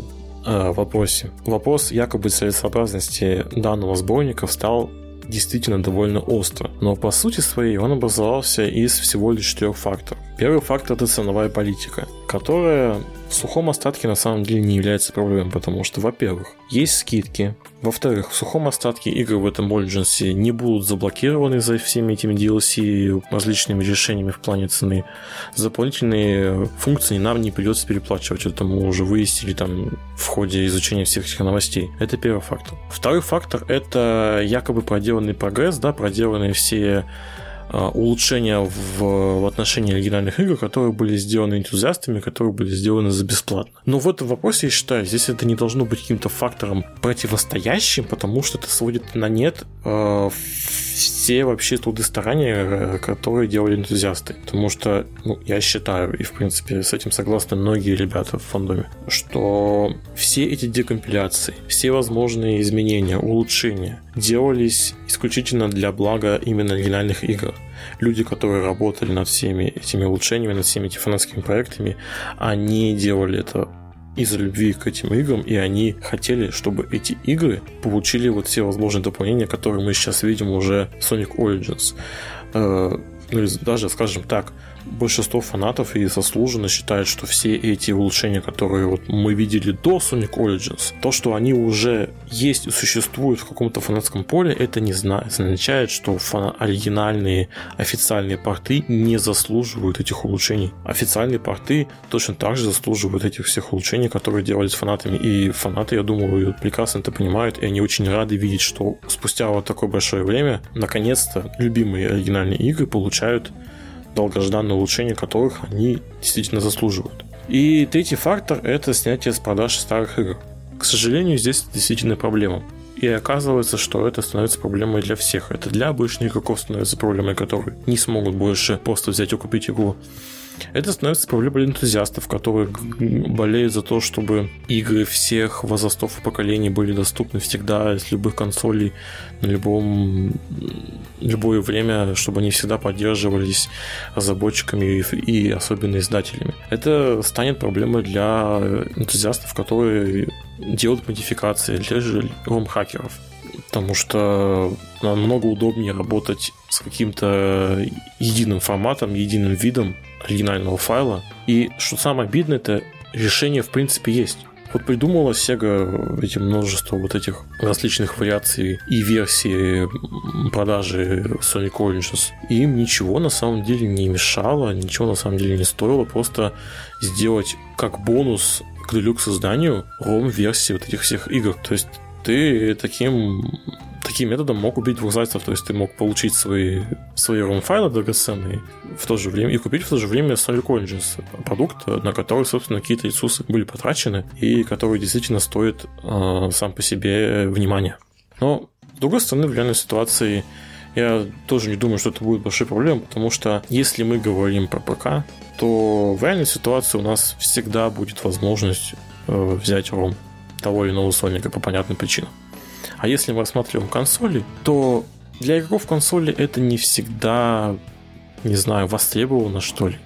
вопросе. Вопрос якобы целесообразности данного сборника встал действительно довольно остро, но по сути своей он образовался из всего лишь 4 факторов. Первый фактор – это ценовая политика, которая в сухом остатке на самом деле не является проблемой, потому что, во-первых, есть скидки, во-вторых, в сухом остатке игры в этом Origins не будут заблокированы за всеми этими DLC и различными решениями в плане цены. За дополнительные функции нам не придется переплачивать, это мы уже выяснили там в ходе изучения всех этих новостей. Это первый фактор. Второй фактор – это якобы проделанный прогресс, да, проделанные все улучшения в отношении оригинальных игр, которые были сделаны энтузиастами, которые были сделаны за бесплатно. Но в этом вопросе, я считаю, здесь это не должно быть каким-то фактором противостоящим, потому что это сводит на нет все вообще труды старания, которые делали энтузиасты. Потому что, я считаю, и в принципе с этим согласны многие ребята в фандоме, что все эти декомпиляции, все возможные изменения, улучшения делались исключительно для блага именно оригинальных игр. Люди, которые работали над всеми этими улучшениями, над всеми этими фанатскими проектами, они делали это из-за любви к этим играм, и они хотели, чтобы эти игры получили вот все возможные дополнения, которые мы сейчас видим уже в Sonic Origins. Или даже, скажем так, большинство фанатов и заслуженно считают, что все эти улучшения, которые вот мы видели до Sonic Origins, то, что они уже есть и существуют в каком-то фанатском поле, это не означает, что оригинальные официальные порты не заслуживают этих улучшений. Официальные порты точно так же заслуживают этих всех улучшений, которые делались фанатами. И фанаты, я думаю, прекрасно это понимают, и они очень рады видеть, что спустя вот такое большое время, наконец-то, любимые оригинальные игры получают долгожданные улучшения, которых они действительно заслуживают. И третий фактор – это снятие с продаж старых игр. К сожалению, здесь действительно проблема. И оказывается, что это становится проблемой для всех. Это для обычных игроков становится проблемой, которые не смогут больше просто взять и купить игру. Это становится проблемой для энтузиастов, которые болеют за то, чтобы игры всех возрастов и поколений были доступны всегда с любых консолей, на любое время, чтобы они всегда поддерживались разработчиками и особенно издателями. Это станет проблемой для энтузиастов, которые делают модификации, для ROM-хакеров. Потому что намного удобнее работать с каким-то единым форматом, единым видом оригинального файла. И что самое обидное, это решение в принципе есть. Вот придумала Sega эти множество вот этих различных вариаций и версий продажи Sonic Origins. И им ничего на самом деле не мешало, ничего на самом деле не стоило просто сделать как бонус к делюкс изданию ROM-версии вот этих всех игр. То есть ты таким методом мог убить двух зайцев, то есть ты мог получить свои ROM-файлы драгоценные в то же время и купить в то же время Sonic Origins, продукт, на который, собственно, какие-то ресурсы были потрачены и который действительно стоит сам по себе внимания. Но, с другой стороны, в реальной ситуации я тоже не думаю, что это будет большой проблемой, потому что если мы говорим про ПК, то в реальной ситуации у нас всегда будет возможность взять ROM того или иного Соника по понятным причинам. А если мы рассматриваем консоли, то для игроков консоли это не всегда, не знаю, востребовано, что ли.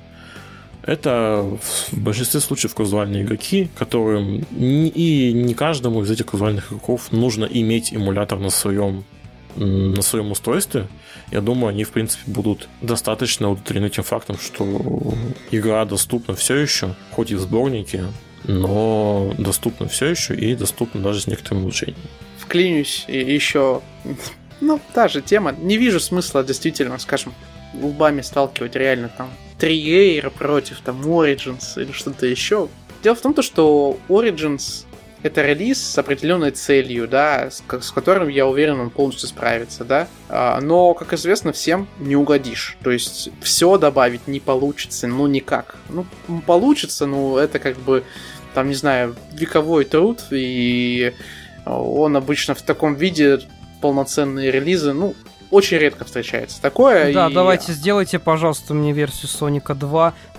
Это в большинстве случаев казуальные игроки, которым и не каждому из этих казуальных игроков нужно иметь эмулятор на своем устройстве. Я думаю, они, в принципе, будут достаточно удовлетворены тем фактом, что игра доступна все еще, хоть и в сборнике, но доступна все еще и доступна даже с некоторыми улучшениями. Вклинюсь и еще, та же тема. Не вижу смысла действительно, скажем, лбами сталкивать реально там Treyarch против там Origins или что-то еще. Дело в том, что Origins — это релиз с определенной целью, да, с которым, я уверен, он полностью справится, да. Но, как известно, всем не угодишь. То есть все добавить не получится, никак. Получится, это как бы, там, не знаю, вековой труд, и он обычно в таком виде, полноценные релизы, очень редко встречается такое. Да, давайте сделайте, пожалуйста, мне версию Соника 2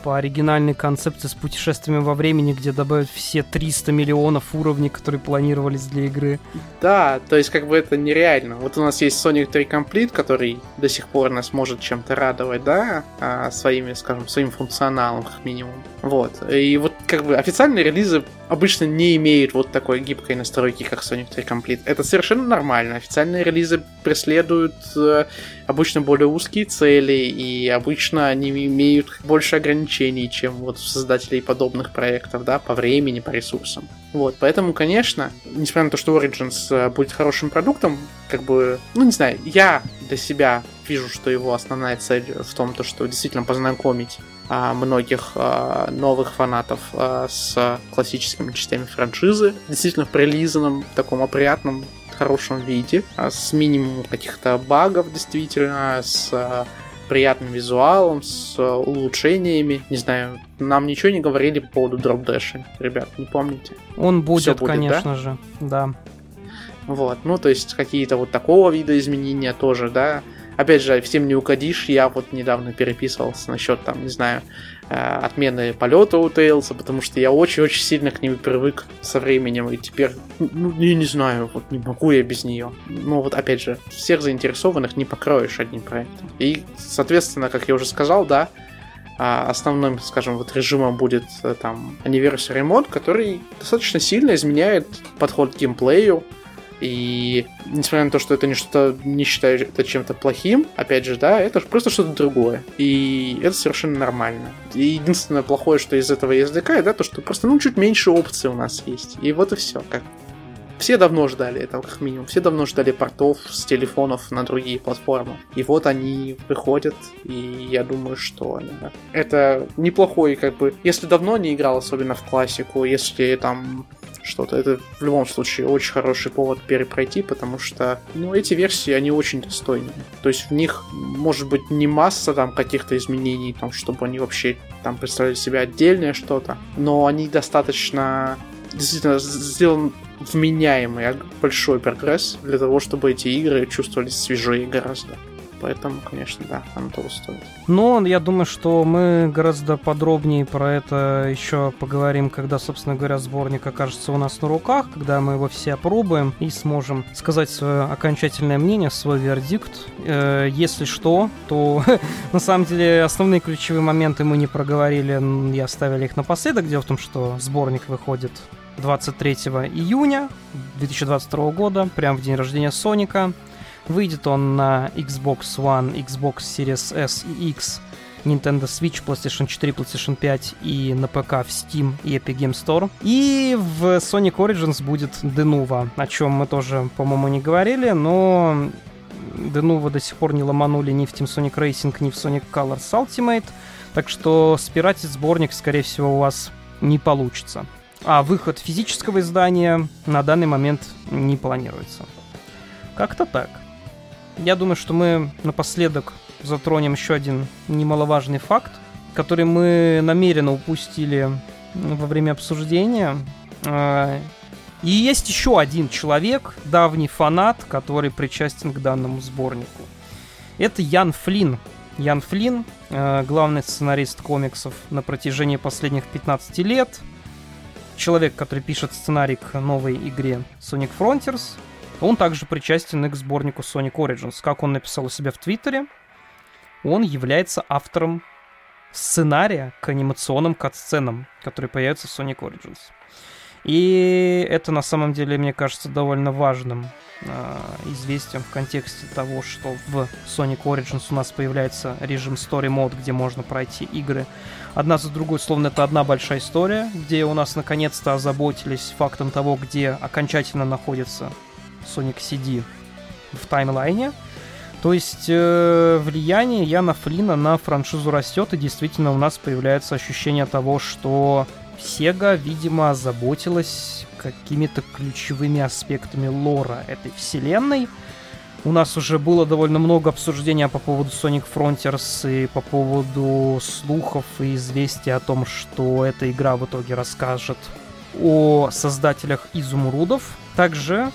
по оригинальной концепции с путешествиями во времени, где добавят все 300 миллионов уровней, которые планировались для игры. Да, то есть как бы это нереально. Вот у нас есть Sonic 3 Complete, который до сих пор нас может чем-то радовать, да, своими, скажем, своим функционалом, как минимум. Вот. И вот как бы официальные релизы обычно не имеют вот такой гибкой настройки, как Sonic 3 Complete. Это совершенно нормально. Официальные релизы преследуют обычно более узкие цели, и обычно они имеют больше ограничений, чем вот у создателей подобных проектов, да, по времени, по ресурсам. Вот, поэтому, конечно, несмотря на то, что Origins будет хорошим продуктом, как бы, ну, не знаю, я для себя вижу, что его основная цель в том, то, что действительно познакомить многих новых фанатов с классическими частями франшизы, действительно в прилизанном, таком опрятном, хорошем виде, с минимумом каких-то багов, действительно, с приятным визуалом, с улучшениями. Не знаю, нам ничего не говорили по поводу Drop Dash, ребят, не помните? Он будет, конечно, да? же, да. Вот, ну, то есть какие-то вот такого вида изменения тоже, да. Опять же, всем не угодишь, я вот недавно переписывался насчет, там, не знаю, отмены полета у Тейлса, потому что я очень-очень сильно к ней привык со временем, и теперь, ну, я не знаю, вот не могу я без нее. Но вот, опять же, всех заинтересованных не покроешь одним проектом. И, соответственно, как я уже сказал, да, основным, скажем, вот режимом будет там Anniversary Mode, который достаточно сильно изменяет подход к геймплею. И несмотря на то, что это не считаю это чем-то плохим, опять же, да, это просто что-то другое. И это совершенно нормально. И единственное плохое, что из этого SDK, да, то, что просто, ну, чуть меньше опций у нас есть. И вот и все. Все давно ждали этого, как минимум. Все давно ждали портов с телефонов на другие платформы. И вот они выходят, и я думаю, что это неплохой, как бы... Если давно не играл, особенно в классику, если там... что-то. Это в любом случае очень хороший повод перепройти, потому что, ну, эти версии, они очень достойные. То есть в них может быть не масса там каких-то изменений, там, чтобы они вообще там представляли себя отдельное что-то, но они достаточно действительно сделан вменяемый большой прогресс для того, чтобы эти игры чувствовались свежее гораздо. Поэтому, конечно, да, оно того стоит. Но я думаю, что мы гораздо подробнее про это еще поговорим, когда, собственно говоря, сборник окажется у нас на руках, когда мы его все опробуем и сможем сказать свое окончательное мнение, свой вердикт. Если что, то на самом деле основные ключевые моменты мы не проговорили и оставили их напоследок. Дело в том, что сборник выходит 23 июня 2022 года, прямо в день рождения Соника. Выйдет он на Xbox One, Xbox Series S и X, Nintendo Switch, PlayStation 4, PlayStation 5 и на ПК в Steam и Epic Game Store. И в Sonic Origins будет Denuvo, о чем мы тоже, по-моему, не говорили, но Denuvo до сих пор не ломанули ни в Team Sonic Racing, ни в Sonic Colors Ultimate, так что спиратить сборник, скорее всего, у вас не получится. А выход физического издания на данный момент не планируется. Как-то так. Я думаю, что мы напоследок затронем еще один немаловажный факт, который мы намеренно упустили во время обсуждения. И есть еще один человек, давний фанат, который причастен к данному сборнику. Это Ян Флинн. Ян Флинн, главный сценарист комиксов на протяжении последних 15 лет. Человек, который пишет сценарий к новой игре Sonic Frontiers. Он также причастен и к сборнику Sonic Origins. Как он написал у себя в Твиттере, он является автором сценария к анимационным кат-сценам, которые появятся в Sonic Origins. И это на самом деле, мне кажется, довольно важным известием в контексте того, что в Sonic Origins у нас появляется режим Story Mode, где можно пройти игры одна за другой, словно это одна большая история, где у нас наконец-то озаботились фактом того, где окончательно находится Sonic CD в таймлайне. То есть влияние Яна Флинна на франшизу растет, и действительно у нас появляется ощущение того, что Sega, видимо, озаботилась какими-то ключевыми аспектами лора этой вселенной. У нас уже было довольно много обсуждения по поводу Sonic Frontiers и по поводу слухов и известий о том, что эта игра в итоге расскажет о создателях Изумрудов. Также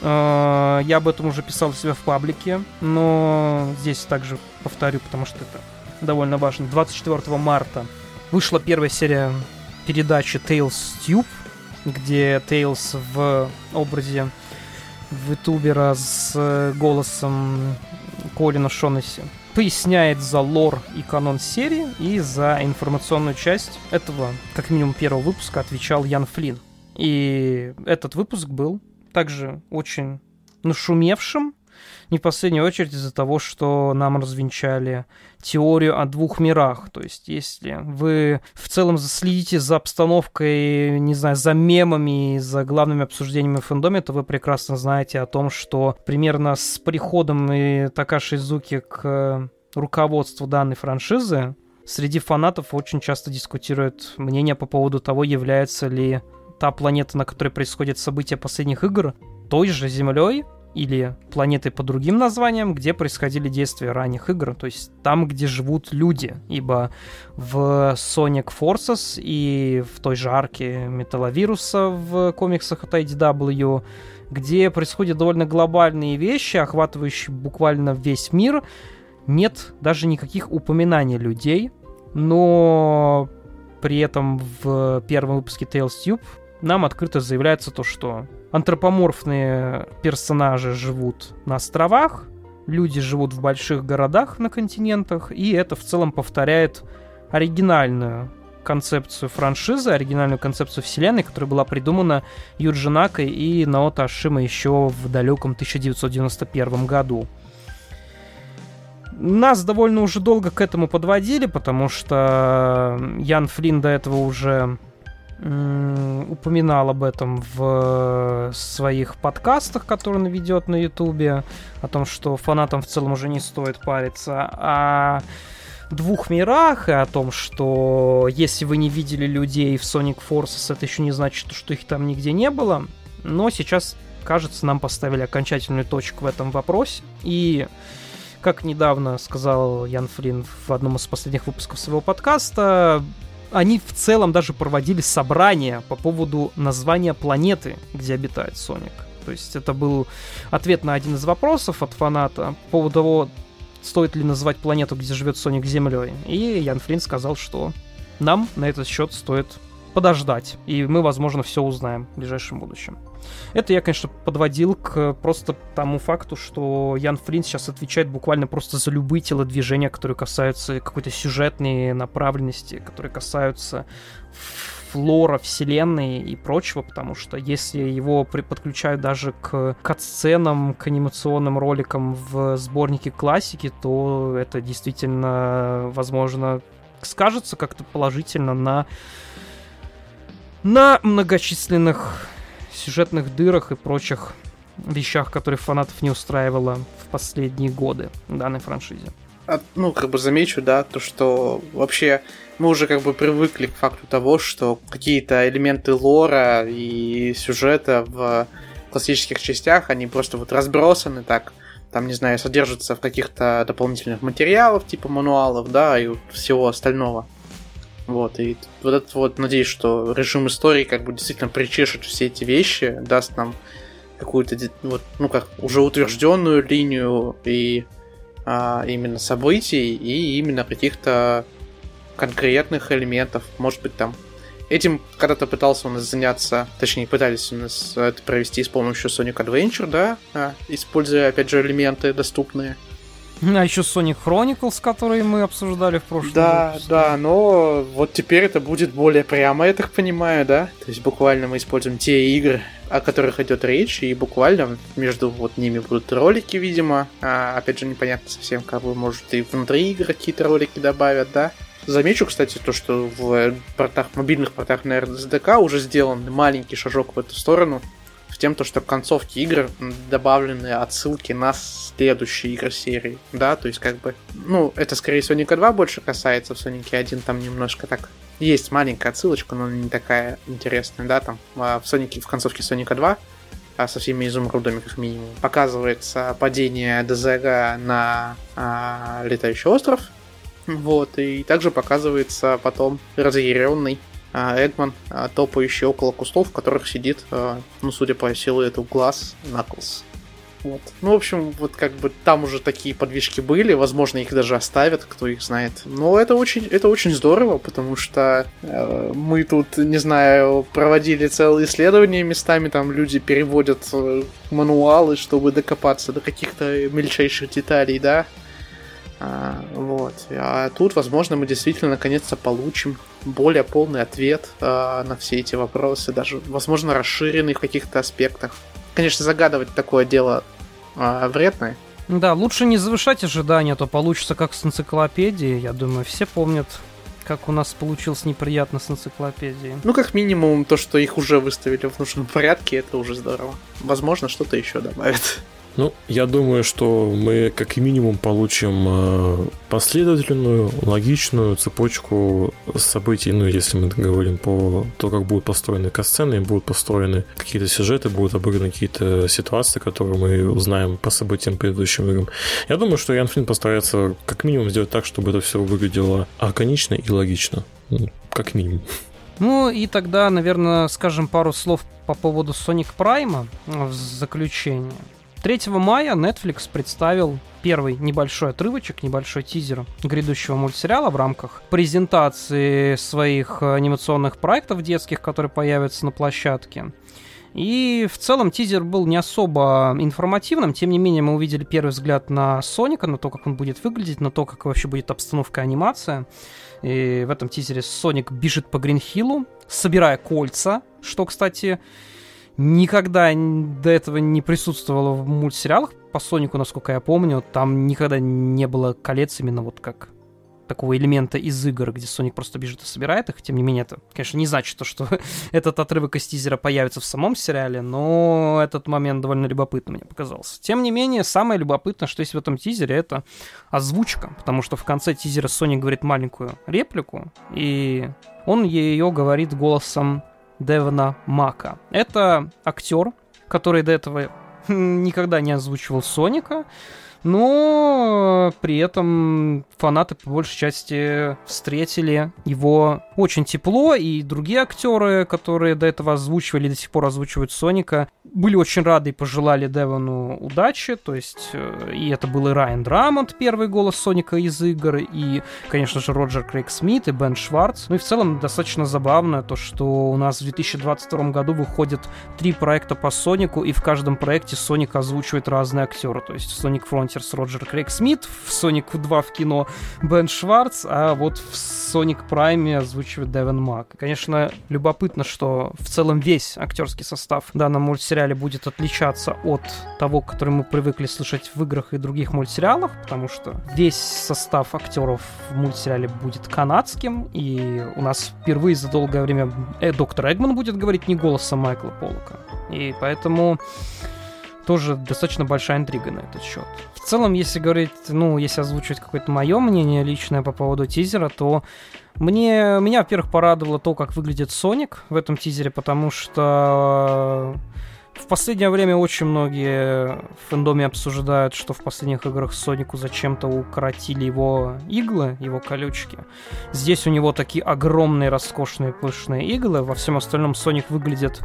я об этом уже писал у себя в паблике, но здесь также повторю, потому что это довольно важно. 24 марта вышла первая серия передачи Tales Tube, где Тейлз в образе витубера с голосом Колина Шонесси поясняет за лор и канон серии, и за информационную часть этого, как минимум, первого выпуска отвечал Ян Флинн. И этот выпуск был также очень нашумевшим, не в последнюю очередь из-за того, что нам развенчали теорию о двух мирах. То есть, если вы в целом следите за обстановкой, не знаю, за мемами, за главными обсуждениями в фэндоме, то вы прекрасно знаете о том, что примерно с приходом Такаши Изуки к руководству данной франшизы среди фанатов очень часто дискутируют мнение по поводу того, является ли та планета, на которой происходят события последних игр, той же Землей, или планеты по другим названиям, где происходили действия ранних игр, то есть там, где живут люди, ибо в Sonic Forces и в той же арке Металловируса в комиксах от IDW, где происходят довольно глобальные вещи, охватывающие буквально весь мир, нет даже никаких упоминаний людей, но при этом в первом выпуске Tales Tube нам открыто заявляется то, что антропоморфные персонажи живут на островах, люди живут в больших городах на континентах, и это в целом повторяет оригинальную концепцию франшизы, оригинальную концепцию вселенной, которая была придумана Юджи Накой и Наото Ашима еще в далеком 1991 году. Нас довольно уже долго к этому подводили, потому что Ян Флинн до этого уже упоминал об этом в своих подкастах, которые он ведет на Ютубе, о том, что фанатам в целом уже не стоит париться о двух мирах, и о том, что если вы не видели людей в Sonic Forces, это еще не значит, что их там нигде не было. Но сейчас, кажется, нам поставили окончательную точку в этом вопросе. И, как недавно сказал Ян Флинн в одном из последних выпусков своего подкаста, они в целом даже проводили собрание по поводу названия планеты, где обитает Соник. То есть это был ответ на один из вопросов от фаната по поводу того, стоит ли называть планету, где живет Соник, Землей. И Ян Флинн сказал, что нам на этот счет стоит подождать, и мы, возможно, все узнаем в ближайшем будущем. Это я, конечно, подводил к просто тому факту, что Ян Флинн сейчас отвечает буквально просто за любые телодвижения, которые касаются какой-то сюжетной направленности, которые касаются флора вселенной и прочего, потому что если его подключают даже к катсценам, к анимационным роликам в сборнике классики, то это действительно, возможно, скажется как-то положительно на многочисленных сюжетных дырах и прочих вещах, которые фанатов не устраивало в последние годы в данной франшизе. Замечу, да, то, что вообще мы уже привыкли к факту того, что какие-то элементы лора и сюжета в классических частях, они просто разбросаны так, там, не знаю, содержатся в каких-то дополнительных материалах, типа мануалов, да, и всего остального. И надеюсь, что режим истории действительно причешет все эти вещи, даст нам какую-то, уже утвержденную линию и именно событий, и именно каких-то конкретных элементов. Может быть, там этим когда-то пытался у нас заняться, точнее, пытались у нас это провести с помощью Sonic Adventure, да, используя, опять же, элементы доступные. А еще Sonic Chronicles, которые мы обсуждали в прошлом выпуске. Да, но вот теперь это будет более прямо, я так понимаю, да? То есть буквально мы используем те игры, о которых идет речь, и буквально между ними будут ролики, видимо. Опять же, непонятно совсем, может, и внутри игр какие-то ролики добавят, да? Замечу, кстати, то, что в мобильных портах на RSDK уже сделан маленький шажок в эту сторону, в тем, что в концовке игр добавлены отсылки на следующие игры серии, да, то есть это скорее Соника 2 больше касается, в Сонике 1 там немножко так есть маленькая отсылочка, но не такая интересная, да, там в концовке Соника 2 со всеми изумрудами, как минимум, показывается падение ДЗГ на летающий остров, и также показывается потом разъяренный Эгман, топающий около кустов, в которых сидит, судя по силуэту глаз, Наклз. Вот. Ну, в общем, вот как бы там уже такие подвижки были, возможно, их даже оставят, кто их знает. Но это очень здорово, потому что мы тут, не знаю, проводили целые исследования местами, там люди переводят мануалы, чтобы докопаться до каких-то мельчайших деталей, да. Вот. А тут, возможно, мы действительно наконец-то получим более полный ответ на все эти вопросы, даже, возможно, расширенный в каких-то аспектах. Конечно, загадывать такое дело вредно. Да, лучше не завышать ожидания, а то получится как с энциклопедией. Я думаю, все помнят, как у нас получилось неприятно с энциклопедией. Ну, как минимум, то, что их уже выставили в нужном порядке, это уже здорово. Возможно, что-то еще добавят. Ну, я думаю, что мы как минимум получим последовательную, логичную цепочку событий, ну, если мы говорим по то, как будут построены катсцены, будут построены какие-то сюжеты, будут обыграны какие-то ситуации, которые мы узнаем по событиям предыдущим играм. Я думаю, что Ian Flynn постарается как минимум сделать так, чтобы это все выглядело органично и логично. Как минимум. Ну и тогда, наверное, скажем пару слов по поводу Sonic Prime в заключение. 3 мая Netflix представил первый небольшой отрывочек, небольшой тизер грядущего мультсериала в рамках презентации своих анимационных проектов детских, которые появятся на площадке. И в целом тизер был не особо информативным, тем не менее мы увидели первый взгляд на Соника, на то, как он будет выглядеть, на то, как вообще будет обстановка и анимация. И в этом тизере Соник бежит по Гринхиллу, собирая кольца, что, кстати, никогда до этого не присутствовало в мультсериалах. По Сонику, насколько я помню, там никогда не было колец именно вот как такого элемента из игр, где Соник просто бежит и собирает их. Тем не менее, это, конечно, не значит, что этот отрывок из тизера появится в самом сериале, но этот момент довольно любопытным мне показался. Тем не менее, самое любопытное, что есть в этом тизере, это озвучка, потому что в конце тизера Соник говорит маленькую реплику, и он ее говорит голосом Девона Мака. Это актер, который до этого никогда не озвучивал Соника, но при этом фанаты по большей части встретили его очень тепло, и другие актеры, которые до этого озвучивали и до сих пор озвучивают Соника, были очень рады и пожелали Девону удачи, то есть и это был и Райан Драмонд, первый голос Соника из игр, и, конечно же, Роджер Крейг Смит и Бен Шварц. Ну и в целом достаточно забавно то, что у нас в 2022 году выходят 3 проекта по Сонику, и в каждом проекте Соника озвучивает разные актеры, то есть Sonic Frontiers Роджер Крейг Смит, в Sonic 2 в кино Бен Шварц, а вот в Sonic Prime озвучивает Девон Мак. Конечно, любопытно, что в целом весь актерский состав в данном мультсериале будет отличаться от того, который мы привыкли слышать в играх и других мультсериалах, потому что весь состав актеров в мультсериале будет канадским, и у нас впервые за долгое время доктор Эггман будет говорить не голосом Майкла Поллока. И поэтому тоже достаточно большая интрига на этот счет. В целом, если говорить, если озвучивать какое-то мое мнение личное по поводу тизера, то меня, во-первых, порадовало то, как выглядит Соник в этом тизере, потому что в последнее время очень многие в фэндоме обсуждают, что в последних играх Сонику зачем-то укоротили его иглы, его колючки. Здесь у него такие огромные, роскошные, пышные иглы, во всем остальном Соник выглядит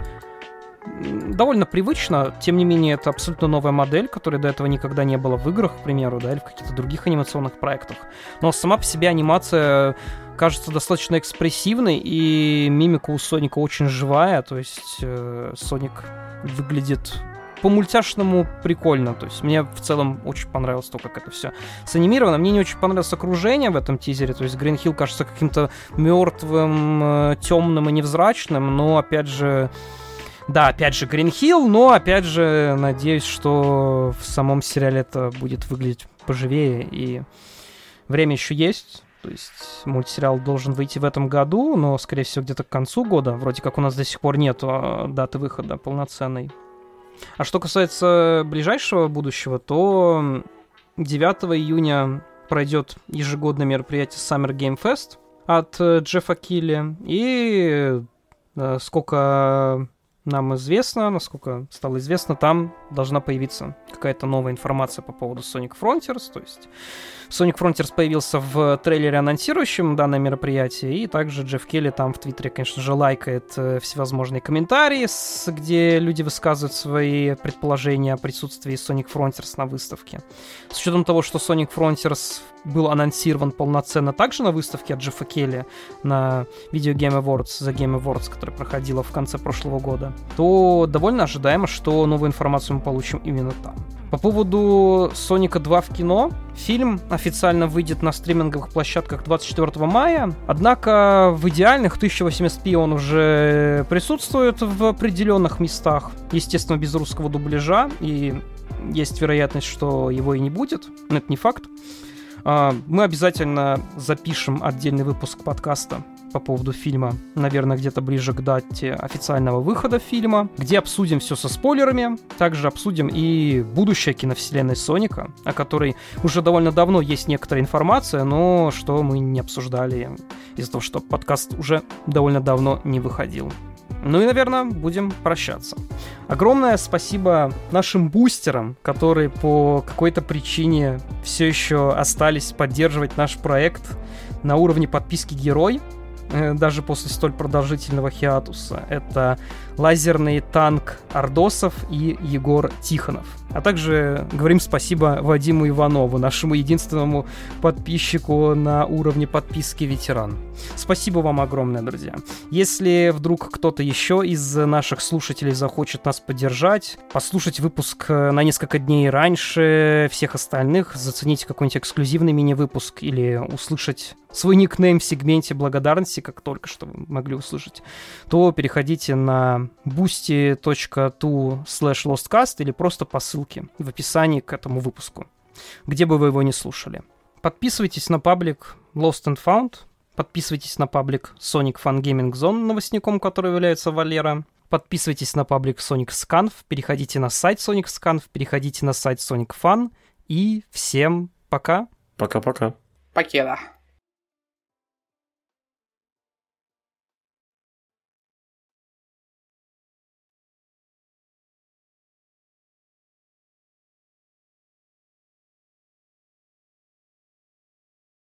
довольно привычно, тем не менее, это абсолютно новая модель, которой до этого никогда не было в играх, к примеру, да, или в каких-то других анимационных проектах. Но сама по себе анимация кажется достаточно экспрессивной, и мимика у Соника очень живая, то есть Соник выглядит по-мультяшному прикольно, то есть мне в целом очень понравилось то, как это все санимировано. Мне не очень понравилось окружение в этом тизере, то есть Гринхилл кажется каким-то мертвым, темным и невзрачным, но опять же Гринхилл, но, опять же, надеюсь, что в самом сериале это будет выглядеть поживее, и время еще есть, то есть мультсериал должен выйти в этом году, но, скорее всего, где-то к концу года, вроде как у нас до сих пор нет даты выхода полноценной. А что касается ближайшего будущего, то 9 июня пройдет ежегодное мероприятие Summer Game Fest от Джеффа Килли, и сколько нам известно, насколько стало известно, там должна появиться какая-то новая информация по поводу Sonic Frontiers, то есть Sonic Frontiers появился в трейлере, анонсирующем данное мероприятие, и также Джефф Келли там в Твиттере, конечно же, лайкает всевозможные комментарии, где люди высказывают свои предположения о присутствии Sonic Frontiers на выставке. С учетом того, что Sonic Frontiers был анонсирован полноценно также на выставке от Джеффа Келли на Video Game Awards, The Game Awards, которая проходила в конце прошлого года, то довольно ожидаемо, что новую информацию мы получим именно там. По поводу Соника 2 в кино, фильм официально выйдет на стриминговых площадках 24 мая, однако в идеальных 1080p он уже присутствует в определенных местах, естественно, без русского дубляжа, и есть вероятность, что его и не будет, но это не факт. Мы обязательно запишем отдельный выпуск подкаста по поводу фильма, наверное, где-то ближе к дате официального выхода фильма, где обсудим все со спойлерами, также обсудим и будущее киновселенной Соника, о которой уже довольно давно есть некоторая информация, но что мы не обсуждали из-за того, что подкаст уже довольно давно не выходил. Ну и, наверное, будем прощаться. Огромное спасибо нашим бустерам, которые по какой-то причине все еще остались поддерживать наш проект на уровне подписки «Герой», даже после столь продолжительного хиатуса. Это Лазерный танк Ордосов и Егор Тихонов. А также говорим спасибо Вадиму Иванову, нашему единственному подписчику на уровне подписки «Ветеран». Спасибо вам огромное, друзья. Если вдруг кто-то еще из наших слушателей захочет нас поддержать, послушать выпуск на несколько дней раньше всех остальных, заценить какой-нибудь эксклюзивный мини-выпуск или услышать свой никнейм в сегменте благодарности, как только что вы могли услышать, то переходите на boosty.to/lostcast или просто по ссылке в описании к этому выпуску, где бы вы его не слушали. Подписывайтесь на паблик Lost and Found, подписывайтесь на паблик Sonic Fun Gaming Zone, новостником который является Валера. Подписывайтесь на паблик Sonic Scanf, переходите на сайт Sonic Scanf, переходите на сайт Sonic Fun. И всем пока. Пока-пока. Покеда.